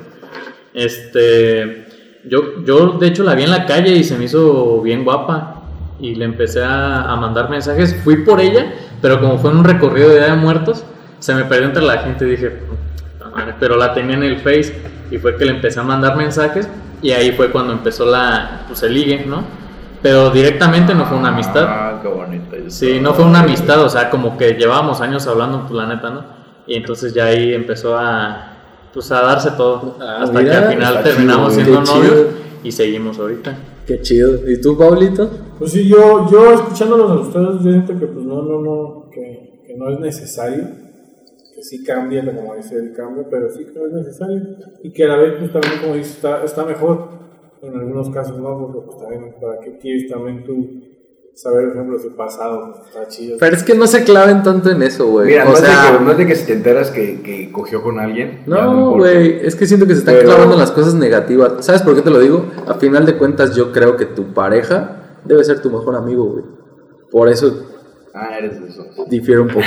Yo de hecho la vi en la calle y se me hizo bien guapa y le empecé a mandar mensajes. Fui por ella, pero como fue en un recorrido de Día de Muertos, se me perdió entre la gente y dije, pero la tenía en el Face y fue que le empecé a mandar mensajes y ahí fue cuando empezó el ligue, ¿no? Pero directamente no fue una amistad. Qué bonito. Sí, no fue una amistad, o sea, como que llevábamos años hablando, pues la neta, ¿no? Y entonces ya ahí empezó a darse todo. Hasta que al final terminamos siendo novios y seguimos ahorita. Qué chido. ¿Y tú, Pablito? Pues sí, yo escuchándolos a ustedes, yo siento que pues que no es necesario. Que sí cambia, como dice el cambio, pero sí que no es necesario. Y que a la vez, pues también, como dice, está mejor. En algunos casos no, porque pues también, ¿para qué quieres también tú saber, por ejemplo, su pasado? Pues, está chido. Pero es que no se claven tanto en eso, güey. Mira, no es de que si te enteras que cogió con alguien. No, güey, es que siento que se están clavando en las cosas negativas. ¿Sabes por qué te lo digo? A final de cuentas, yo creo que tu pareja debe ser tu mejor amigo, güey. Por eso... eres de eso. Difiere un poco.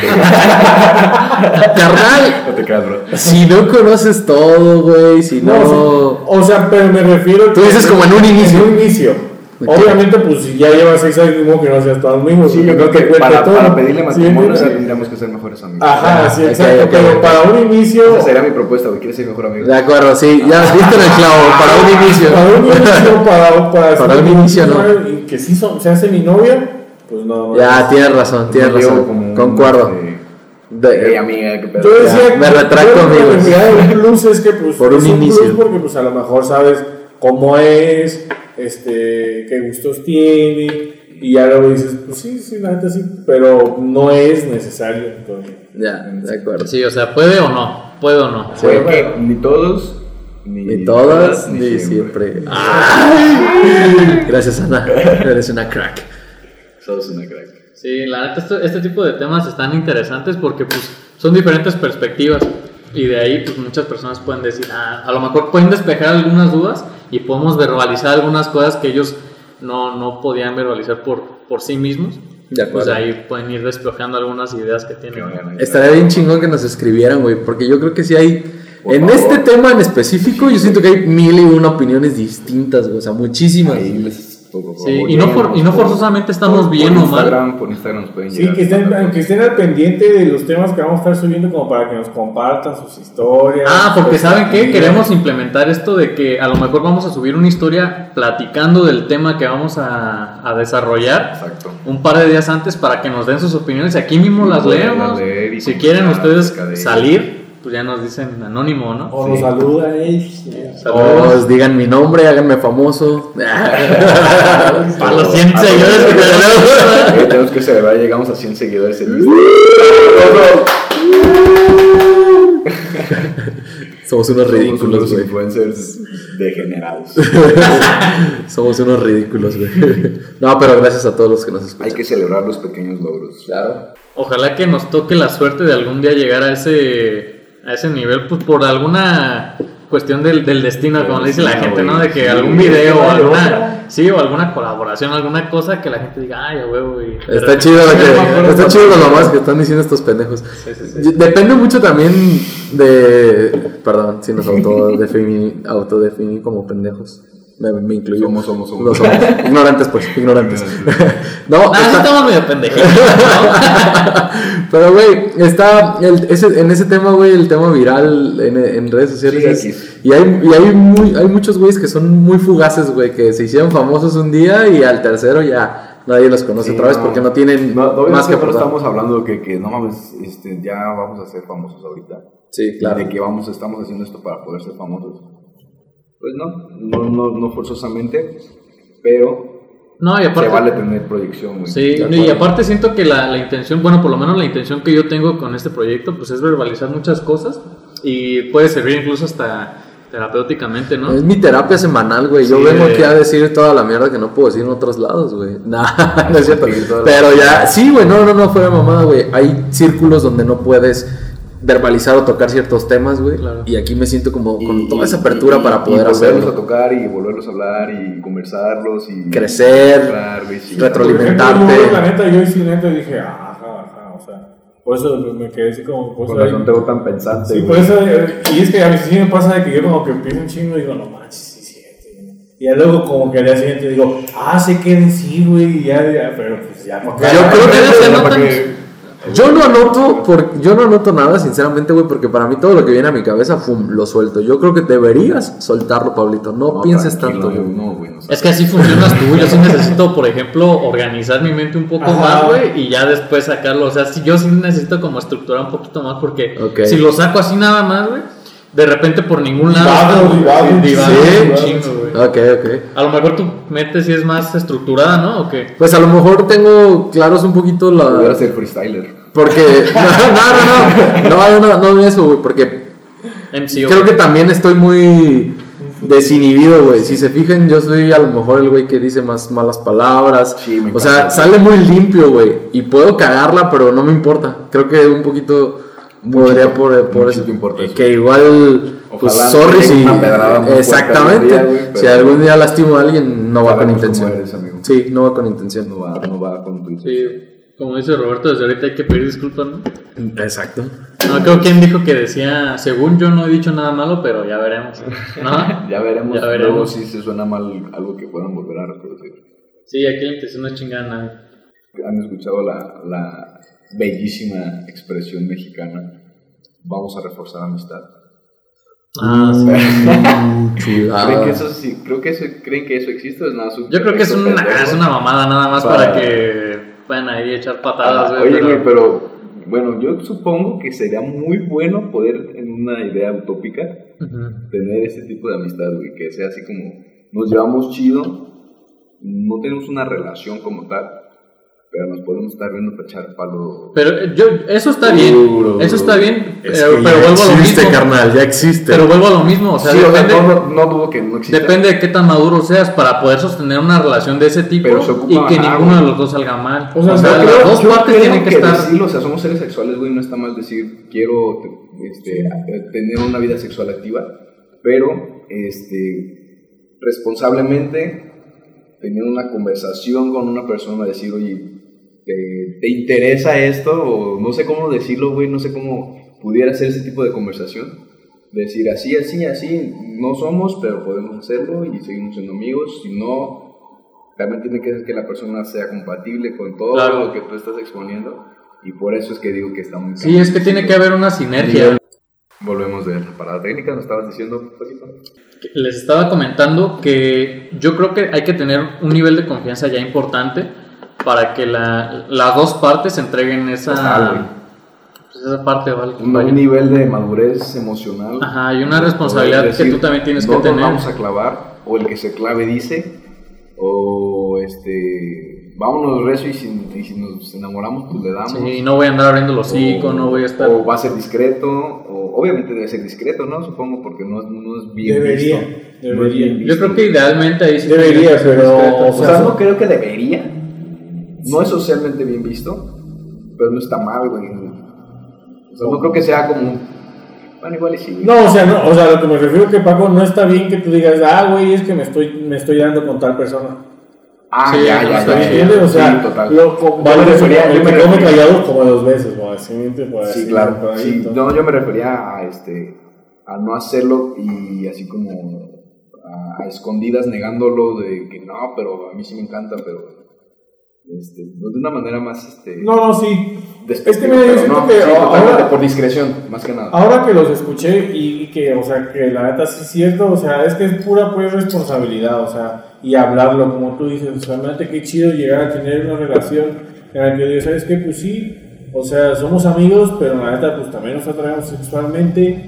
Carnal. No te creas, bro. Si no conoces todo, güey, o sea, pero me refiero... Tú dices como en un inicio. En un inicio. Okay. Obviamente, pues si ya llevas 6 años, mismo que no seas tu amigo. Sí, yo creo que para pedirle matrimonio, tendríamos que ser mejores amigos. Ajá, sí, exacto. Pero para un inicio... Esa sería mi propuesta, güey. ¿Quieres ser mejor amigo? De acuerdo, sí. Ya viste el clavo. Para un inicio. Para un inicio, no. Y que sí se hace mi novia... Pues no, ya, tienes razón. Concuerdo. Amiga, yo decía, me retracto, amigos. El plus es que, pues, por un inicio. Plus porque, pues, a lo mejor sabes cómo es, qué gustos tiene, y ya luego dices, pues sí, la neta sí, pero no es necesario. Entonces, ya, de acuerdo. Sí, o sea, puede o no. Sí, que ni todos. Ni todas, ni siempre. Gracias, Ana. Eres una crack. Sos una crack. Sí, la neta, este tipo de temas están interesantes porque pues son diferentes perspectivas y de ahí pues muchas personas pueden decir, a lo mejor pueden despejar algunas dudas y podemos verbalizar algunas cosas que ellos no podían verbalizar por sí mismos. Pues ahí pueden ir despejando algunas ideas que tienen. Estaría bien chingón que nos escribieran, güey, porque yo creo que sí hay... En este tema en específico, yo siento que hay 1001 opiniones distintas, güey, o sea, muchísimas. Sí, y no forzosamente estamos bien o mal. Por Instagram nos pueden Sí, que estén al pendiente de los temas que vamos a estar subiendo como para que nos compartan sus historias. Porque ¿saben qué? Queremos implementar esto de que a lo mejor vamos a subir una historia platicando del tema que vamos a desarrollar. Exacto. Un par de días antes para que nos den sus opiniones y aquí mismo las leemos. Si quieren ustedes salir, pues ya nos dicen anónimo, ¿no? O nos saludan, O digan mi nombre, háganme famoso. Para los 100 seguidores que tenemos. Tenemos que celebrar, llegamos a 100 seguidores en Instagram. Somos unos ridículos, güey. Influencers degenerados. Somos unos ridículos, güey. No, pero gracias a todos los que nos escuchan. Hay que celebrar los pequeños logros. Claro. Ojalá que nos toque la suerte de algún día llegar a ese nivel, pues por alguna cuestión del destino, como le dice la gente, ¿no? De que algún video o alguna colaboración, alguna cosa que la gente diga, ay, a huevo. Está chido las mamás que están diciendo estos pendejos. Sí. Depende mucho también de... Perdón, si nos autodefiní como pendejos. Me incluyo. Somos. Ignorantes, pues, ignorantes. Estamos medio pendejitos, ¿no? Pero, güey, está en ese tema, güey, el tema viral en redes sociales. Sí, y hay muchos güeyes que son muy fugaces, güey, que se hicieron famosos un día y al tercero ya nadie los conoce otra vez porque no tienen más que aportar. Estamos hablando de que no mames, ya vamos a ser famosos ahorita. Sí, claro. De que estamos haciendo esto para poder ser famosos. Pues no forzosamente, pero y aparte, se vale tener proyección. Güey. Sí, y aparte siento que la intención, bueno, por lo menos la intención que yo tengo con este proyecto, pues es verbalizar muchas cosas y puede servir incluso hasta terapéuticamente, ¿no? Es mi terapia semanal, güey. Yo vengo aquí a decir toda la mierda que no puedo decir en otros lados, güey. No es cierto. Pero ya, sí, güey, no, fuera mamada, güey. Hay círculos donde no puedes verbalizar o tocar ciertos temas, güey. Claro. Y aquí me siento como con toda esa apertura para poder hacerlo. Volverlos a tocar y volverlos a hablar y conversarlos y crecer, retroalimentarte. La neta, yo dije, ajá, o sea, por eso me quedé así como... Por eso no te veo tan pensante. Sí, por eso, y es que a veces sí me pasa de que yo como que empiezo un chingo y digo, no manches, sí. Y ya luego como que al día siguiente digo, sé que decir, güey, y ya, pero pues ya. Yo creo que yo no anoto nada, sinceramente, güey, porque para mí todo lo que viene a mi cabeza, lo suelto. Yo creo que deberías soltarlo, Pablito. No pienses tanto. Güey. Es que así funcionas tú. Yo sí necesito, por ejemplo, organizar mi mente un poco más, güey, y ya después sacarlo. O sea, yo sí necesito como estructurar un poquito más, porque si lo saco así nada más, güey, de repente por ningún lado divago, chingo, güey. Ok. A lo mejor tu mente sí es más estructurada, ¿no? ¿O qué? Pues a lo mejor tengo claros un poquito la... Voy a ser freestyler. Porque... No eso, güey, porque... MC, creo que también estoy muy desinhibido, güey. Si se fijan, yo soy a lo mejor el güey que dice más malas palabras. Sí, o sea, sale muy limpio, güey. Y puedo cagarla, pero no me importa. Creo que un poquito... podría por eso que igual pues sorry si exactamente día, si algún día lastimo a alguien no va con intención. Sí, no va con intención, no va con tu intención. Sí, como dice Roberto, desde ahorita hay que pedir disculpas, ¿no? Exacto. No, creo que quien dijo que decía, según yo no he dicho nada malo, pero ya veremos, ¿no? ya veremos. Luego si se suena mal algo que puedan volver a reproducir. Sí, aquí la intención no es chingar a nadie. ¿Han escuchado la bellísima expresión mexicana? Vamos a reforzar amistad. Sí. ¿Creen que eso existe? Es nada, yo creo que es una mamada nada más para que puedan ahí echar patadas. Oye, pero bueno, yo supongo que sería muy bueno poder, en una idea utópica, tener ese tipo de amistad, güey, que sea así como nos llevamos chido, no tenemos una relación como tal, pero nos podemos estar viendo para echar palo. Pero eso está bien, eso está bien, pero vuelvo a lo mismo. Carnal, ya existe. Pero vuelvo a lo mismo, o sea, Sí, depende, no dudo que no exista. depende de qué tan maduro seas para poder sostener una relación de ese tipo y que ninguno de los dos salga mal. O sea, las dos partes tienen que estar. Decirlo, o sea, somos seres sexuales, güey, no está mal decir quiero tener una vida sexual activa, pero responsablemente teniendo una conversación con una persona, decir, oye, ¿te interesa esto? O no sé cómo decirlo, güey, no sé cómo pudiera ser ese tipo de conversación. Decir así, no somos, pero podemos hacerlo y seguimos siendo amigos. Si no, también tiene que ser que la persona sea compatible con todo lo que tú estás exponiendo. Y por eso es que digo que está muy... Sí, es que tiene que haber una sinergia. Volvemos de la parada técnica, nos estabas diciendo, Paquito. Les estaba comentando que yo creo que hay que tener un nivel de confianza ya importante para que las dos partes entreguen esa parte, ¿vale? Un nivel de madurez emocional. Ajá, y una responsabilidad decir, que tú también tienes que tener. No vamos a clavar, o el que se clave dice, o vámonos recio y si nos enamoramos pues le damos. Sí, no voy a andar abriendo los hocicos, no voy a estar... O va a ser discreto, o obviamente debe ser discreto, ¿no? Supongo, porque no es bien visto. No es bien visto. Yo creo que idealmente ahí sí debería, pero... O sea, no creo que debería. No es socialmente bien visto, pero no está mal, güey. O sea, no creo que sea como... Bueno, igual y sí. No, o sea, lo que me refiero que, Paco, no está bien que tú digas, güey, es que me estoy dando con tal persona. Sí, ya. O sea, sí, total. Yo me callado como 2 veces, ¿no? Sí, claro. Sí, yo me refería a no hacerlo y así como a escondidas negándolo de que no, pero a mí sí me encanta, pero de una manera más No, sí. Es que me siento que ahora por discreción, más que nada. Ahora que los escuché y que, o sea, que la neta sí es cierto, o sea, es que es pura pues responsabilidad, o sea, y hablarlo como tú dices, o sea, neta qué chido llegar a tener una relación en la que digas, ¿sabes qué? Pues sí, o sea, somos amigos, pero la neta pues también nos atraemos sexualmente.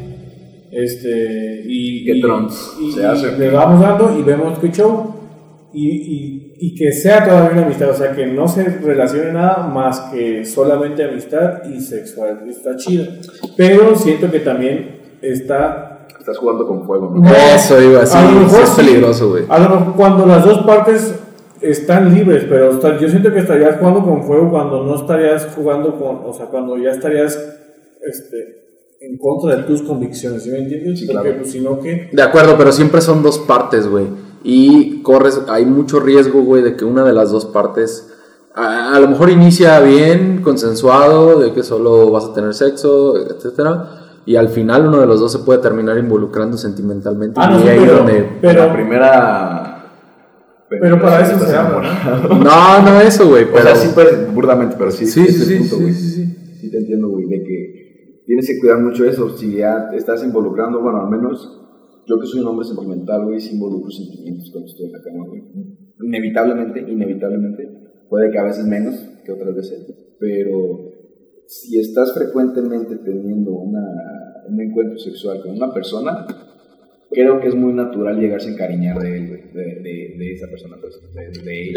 ¿Qué trons se hace? Le vamos dando y vemos qué show. Y que sea todavía una amistad, o sea, que no se relacione nada más que solamente amistad y sexual. Está chido. Pero siento que también estás jugando con fuego, ¿no? Eso iba así. A lo mejor es peligroso, güey. A lo mejor cuando las dos partes están libres, pero yo siento que estarías jugando con fuego cuando no estarías jugando o sea, cuando ya estarías en contra de tus convicciones, ¿sí me entiendes? Sí, porque claro. pues si no, ¿qué? De acuerdo, pero siempre son dos partes, güey. Y hay mucho riesgo, güey, de que una de las dos partes a lo mejor inicia bien, consensuado, de que solo vas a tener sexo, etcétera, y al final uno de los dos se puede terminar involucrando sentimentalmente. No, y sí, ahí la primera... Pero para eso se habla, ¿no? No, eso, güey. O sea, sí, pues, burdamente, pero sí. Sí. Sí te entiendo, güey, de que tienes que cuidar mucho eso. Si ya te estás involucrando, bueno, al menos yo que soy un hombre sentimental, güey, sí involucro sentimientos cuando estoy en la cama, güey. Inevitablemente, puede que a veces menos que otras veces, pero si estás frecuentemente teniendo un encuentro sexual con una persona, creo que es muy natural llegarse a encariñar de él, güey, de esa persona, pues, de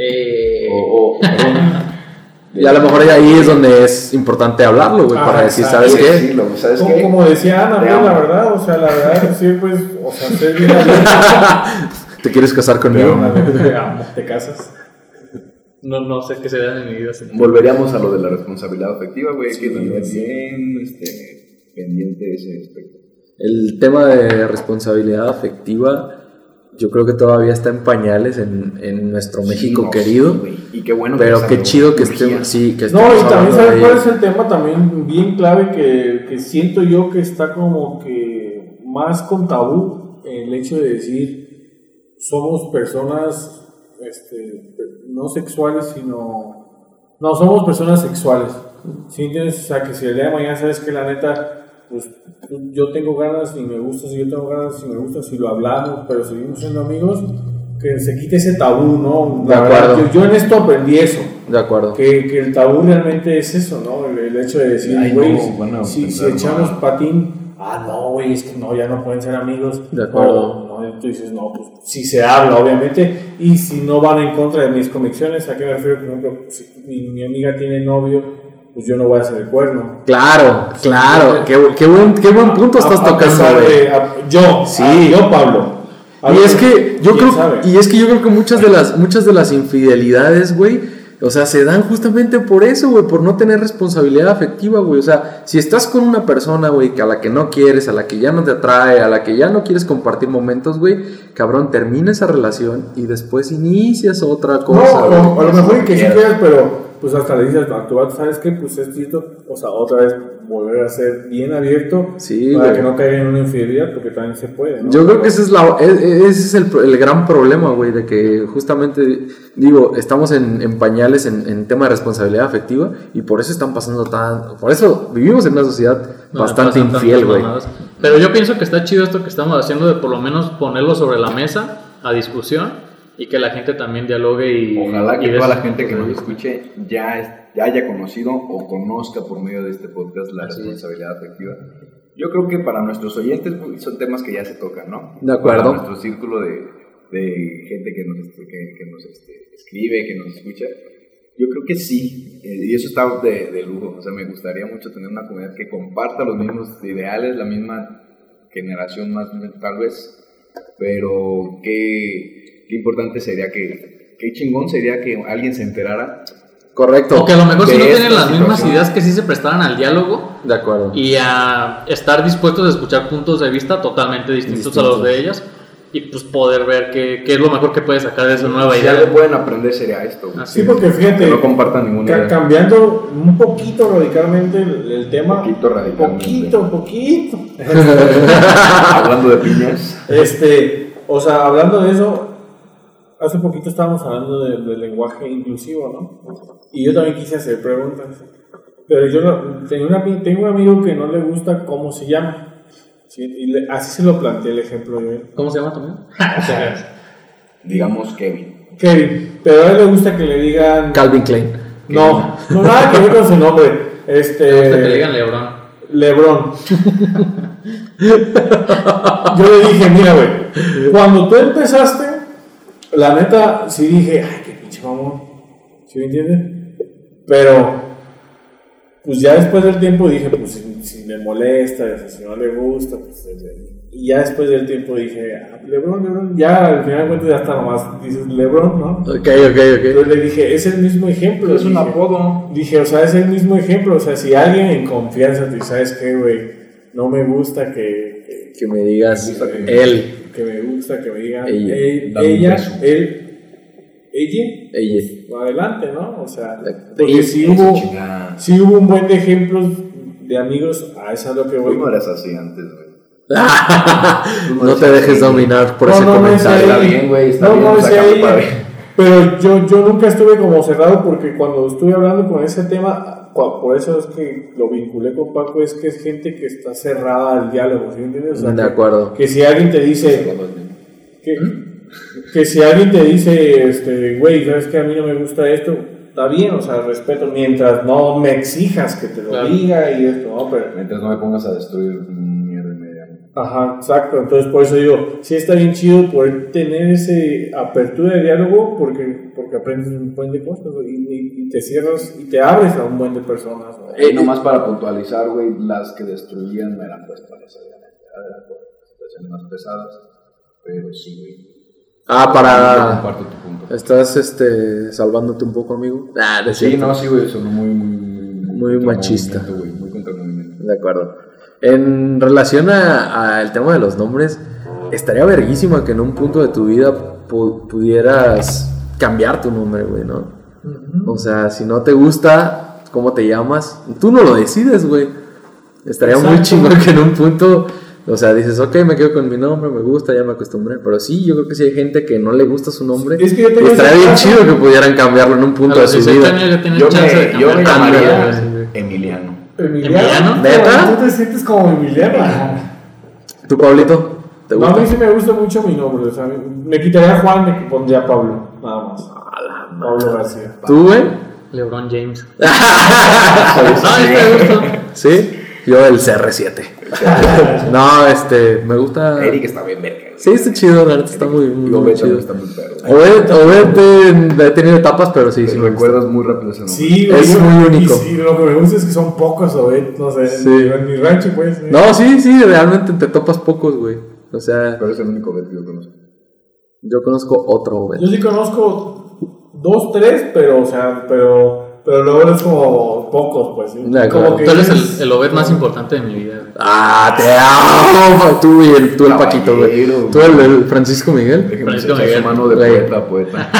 ella. Y a lo mejor ahí es donde es importante hablarlo, güey, para decir, ¿sabes qué? Decirlo, ¿sabes qué? Como decía Ana, pues, la verdad, o sea, sí, pues, o sea, ser bien ¿Te quieres casar conmigo? ¿Te casas? No sé qué se da en mi vida. Volveríamos a lo de la responsabilidad afectiva, güey, sí, que también es bien pendiente de ese aspecto. El tema de responsabilidad afectiva, yo creo que todavía está en pañales en nuestro México querido. Sí, y qué bueno. Pero qué chido que estemos. Sí, que no, y también sabes cuál es el tema también bien clave que siento yo que está como que más con tabú, el hecho de decir somos personas no sexuales, sino somos personas sexuales. ¿Sí entiendes? O sea, que si el día de mañana sabes que la neta, pues yo tengo ganas y me gusta, si yo tengo ganas y me gusta, si lo hablamos, pero seguimos siendo amigos, que se quite ese tabú, ¿no? De acuerdo. Verdad, yo en esto aprendí eso. De acuerdo. Que el tabú realmente es eso, ¿no? El hecho de decir, güey, si echamos patín, no, güey, es que no, ya no pueden ser amigos. De acuerdo. No, tú dices, no, pues sí se habla, obviamente, y si no van en contra de mis convicciones. ¿A qué me refiero? Por ejemplo, si mi amiga tiene novio, pues yo no voy a hacer el cuerno. Claro. Qué buen punto estás tocando, güey. Yo, Pablo. Y es que yo creo que muchas de las infidelidades, güey, o sea, se dan justamente por eso, güey, por no tener responsabilidad afectiva, güey. O sea, si estás con una persona, güey, a la que no quieres, a la que ya no te atrae, a la que ya no quieres compartir momentos, güey, cabrón, termina esa relación y después inicias otra cosa. No, a lo mejor que sí quieres, pero pues hasta le dices, no, tú sabes que pues esto, o sea, otra vez volver a ser bien abierto, sí, para güey, que no caiga en una infidelidad, porque también se puede, ¿no? Yo creo que ese es el gran problema, güey, de que justamente, digo, estamos en pañales en tema de responsabilidad afectiva y por eso están pasando por eso vivimos en una sociedad bastante infiel, güey. Pero yo pienso que está chido esto que estamos haciendo de por lo menos ponerlo sobre la mesa a discusión y que la gente también dialogue y ojalá que y toda la gente que nos escuche ya haya conocido o conozca por medio de este podcast la responsabilidad afectiva. Yo creo que para nuestros oyentes son temas que ya se tocan, ¿no? De acuerdo. Para nuestro círculo de gente que nos escribe, que nos escucha, yo creo que sí, y eso está de lujo. O sea, me gustaría mucho tener una comunidad que comparta los mismos ideales, la misma generación más tal vez, pero qué importante sería qué chingón sería que alguien se enterara. Correcto. O que a lo mejor si no tienen las situación. mismas ideas, que sí se prestaran al diálogo. De acuerdo. Y a estar dispuestos a escuchar puntos de vista totalmente distintos a los de ellas. Y pues poder ver qué es lo mejor que puede sacar de esa nueva Si idea. algo pueden aprender sería esto. Sí, porque fíjate, que no compartan ninguna idea. Cambiando un poquito radicalmente el tema. Poquito. Hablando de piñas. O sea, hablando de eso, hace poquito estábamos hablando del lenguaje inclusivo, ¿no? Y yo también quise hacer preguntas. Pero yo tengo un amigo que no le gusta cómo se llama. Sí, y así se lo planteé el ejemplo yo. ¿Cómo se llama también? Digamos Kevin, pero a él le gusta que le digan Calvin Klein. No nada que ver con su nombre. Me gusta que le digan Lebron. Yo le dije, mira, güey, cuando tú empezaste, la neta, sí dije, ay, qué pinche mamón. ¿Sí me entiendes? Pero, pues ya después del tiempo dije, pues si me molesta, si no le gusta, pues. Y ya después del tiempo dije, Lebron, ya al final de cuentas ya hasta nomás dices Lebron, ¿no? Ok. Entonces le dije, es el mismo ejemplo. es un apodo. Dije, o sea, es el mismo ejemplo. O sea, si alguien en confianza te dice, ¿sabes qué, güey? No me gusta que me digas me gusta él. Que me gusta que me digan Ella. ella. Adelante, ¿no? O sea, porque Ella. sí hubo un buen de ejemplos de amigos. Es a lo que voy. Tú no eras así antes, güey. No te dejes dominar por ese comentario. Está bien, güey. Está bien. Pero yo nunca estuve como cerrado porque cuando estuve hablando con ese tema, por eso es que lo vinculé con Paco, es que es gente que está cerrada al diálogo, ¿sí entiendes? O sea, de acuerdo. Que si alguien te dice que si alguien te dice, güey, sabes que a mí no me gusta esto, está bien, o sea, respeto, mientras no me exijas que te lo diga y esto, ¿no? Pero mientras no me pongas a destruir mierda y media. Ajá, exacto. Entonces, por eso digo, sí está bien chido poder tener esa apertura de diálogo porque aprendes un buen de cosas y te cierras y te abres a un buen de personas, ¿no? Nomás para puntualizar, güey, las que destruían eran pues para eso, eran por situaciones más pesadas, pero sí, güey. Comparto tu punto. ¿Estás salvándote un poco, amigo? Sí, güey, sonó muy machista. Muy contra el movimiento. De acuerdo. En relación al tema de los nombres, estaría verguísima que en un punto de tu vida pudieras cambiar tu nombre, güey, ¿no? Uh-huh. O sea, si no te gusta cómo te llamas, tú no lo decides, güey. Estaría muy chingón que en un punto, o sea, dices, ok, me quedo con mi nombre, me gusta, ya me acostumbré. Pero sí, yo creo que sí hay gente que no le gusta su nombre. Es que yo estaría bien chido que pudieran cambiarlo en un punto de su vida. Yo me llamaría Emiliano. ¿Emiliano? ¿Neta? Tú te sientes como Emiliano. ¿Tú, Pablito? ¿Te gusta? No, a mí sí me gusta mucho mi nombre. O sea, me quitaría Juan, me pondría Pablo. Nada más. Pablo García. ¿Tú, güey? LeBron James. ¿Sí? Yo el CR7. No, me gusta. Eric está bien verga. Sí, está chido, la verdad está muy Obed chido. está muy perro. Obed he tenido etapas, pero sí, Te sí. recuerdas muy rápido ese nombre. Sí, Es muy único. Y lo que me gusta es que son pocos, Obed, no sé, Sí. en mi rancho, pues. No, sí, realmente te topas pocos, güey. O sea, Pero es el único Obed que yo conozco. yo conozco otro Obed. Yo sí conozco 2, 3, pero, o sea, pero luego es como pocos, pues. ¿Sí? De acuerdo. Como que Tú eres el Obed más importante de mi vida. Ah, te amo. Tú el Paquito, güey. Caballero, Tú el Francisco Miguel. Déjeme Francisco echar su Miguel. mano de Güey. poeta a poeta.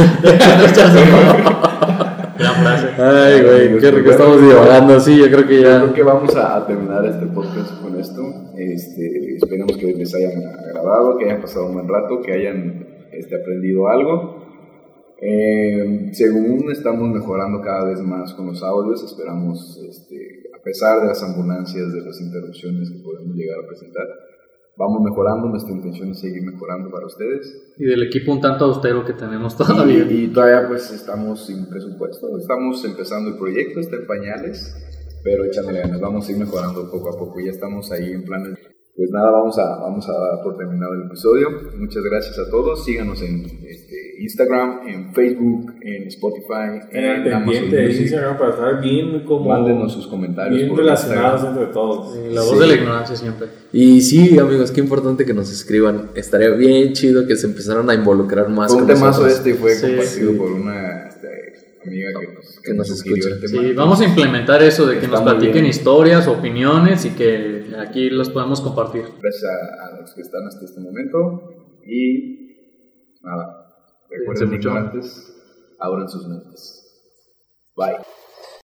Gran frase. Ay, güey, qué Pues, rico bueno, estamos divagando. Sí, yo creo que Yo ya. creo que vamos a terminar este podcast con esto. Esperemos que les haya agradado, que hayan pasado un buen rato, que hayan aprendido algo. Según estamos mejorando cada vez más con los audios, esperamos, a pesar de las ambulancias, de las interrupciones que podemos llegar a presentar, vamos mejorando. Nuestra intención es seguir mejorando para ustedes. Y del equipo un tanto austero que tenemos todavía. Y todavía pues estamos sin presupuesto, estamos empezando el proyecto, está en pañales, pero echándole ganas, vamos a ir mejorando poco a poco, ya estamos ahí en planes. Pues nada, vamos a dar por terminado el episodio. Muchas gracias a todos, síganos en Instagram, en Facebook, en Spotify, en Amazon pendiente de Music. Instagram para estar bien como Mándenos sus comentarios bien por relacionados Instagram. entre todos. La voz de la ignorancia siempre. Y sí, amigos, qué importante que nos escriban. Estaría bien chido que se empezaran a involucrar más. Fue un con temazo nosotros. y fue Sí, compartido sí. por una amiga que nos escucha. sugirió el tema. Sí, vamos a implementar eso de que Está nos muy platiquen bien. historias, opiniones y que aquí los podamos compartir. Gracias a los que están hasta este momento. Y nada, recuerden, Cuídense mucho. ignorantes, abran sus mentes. Bye.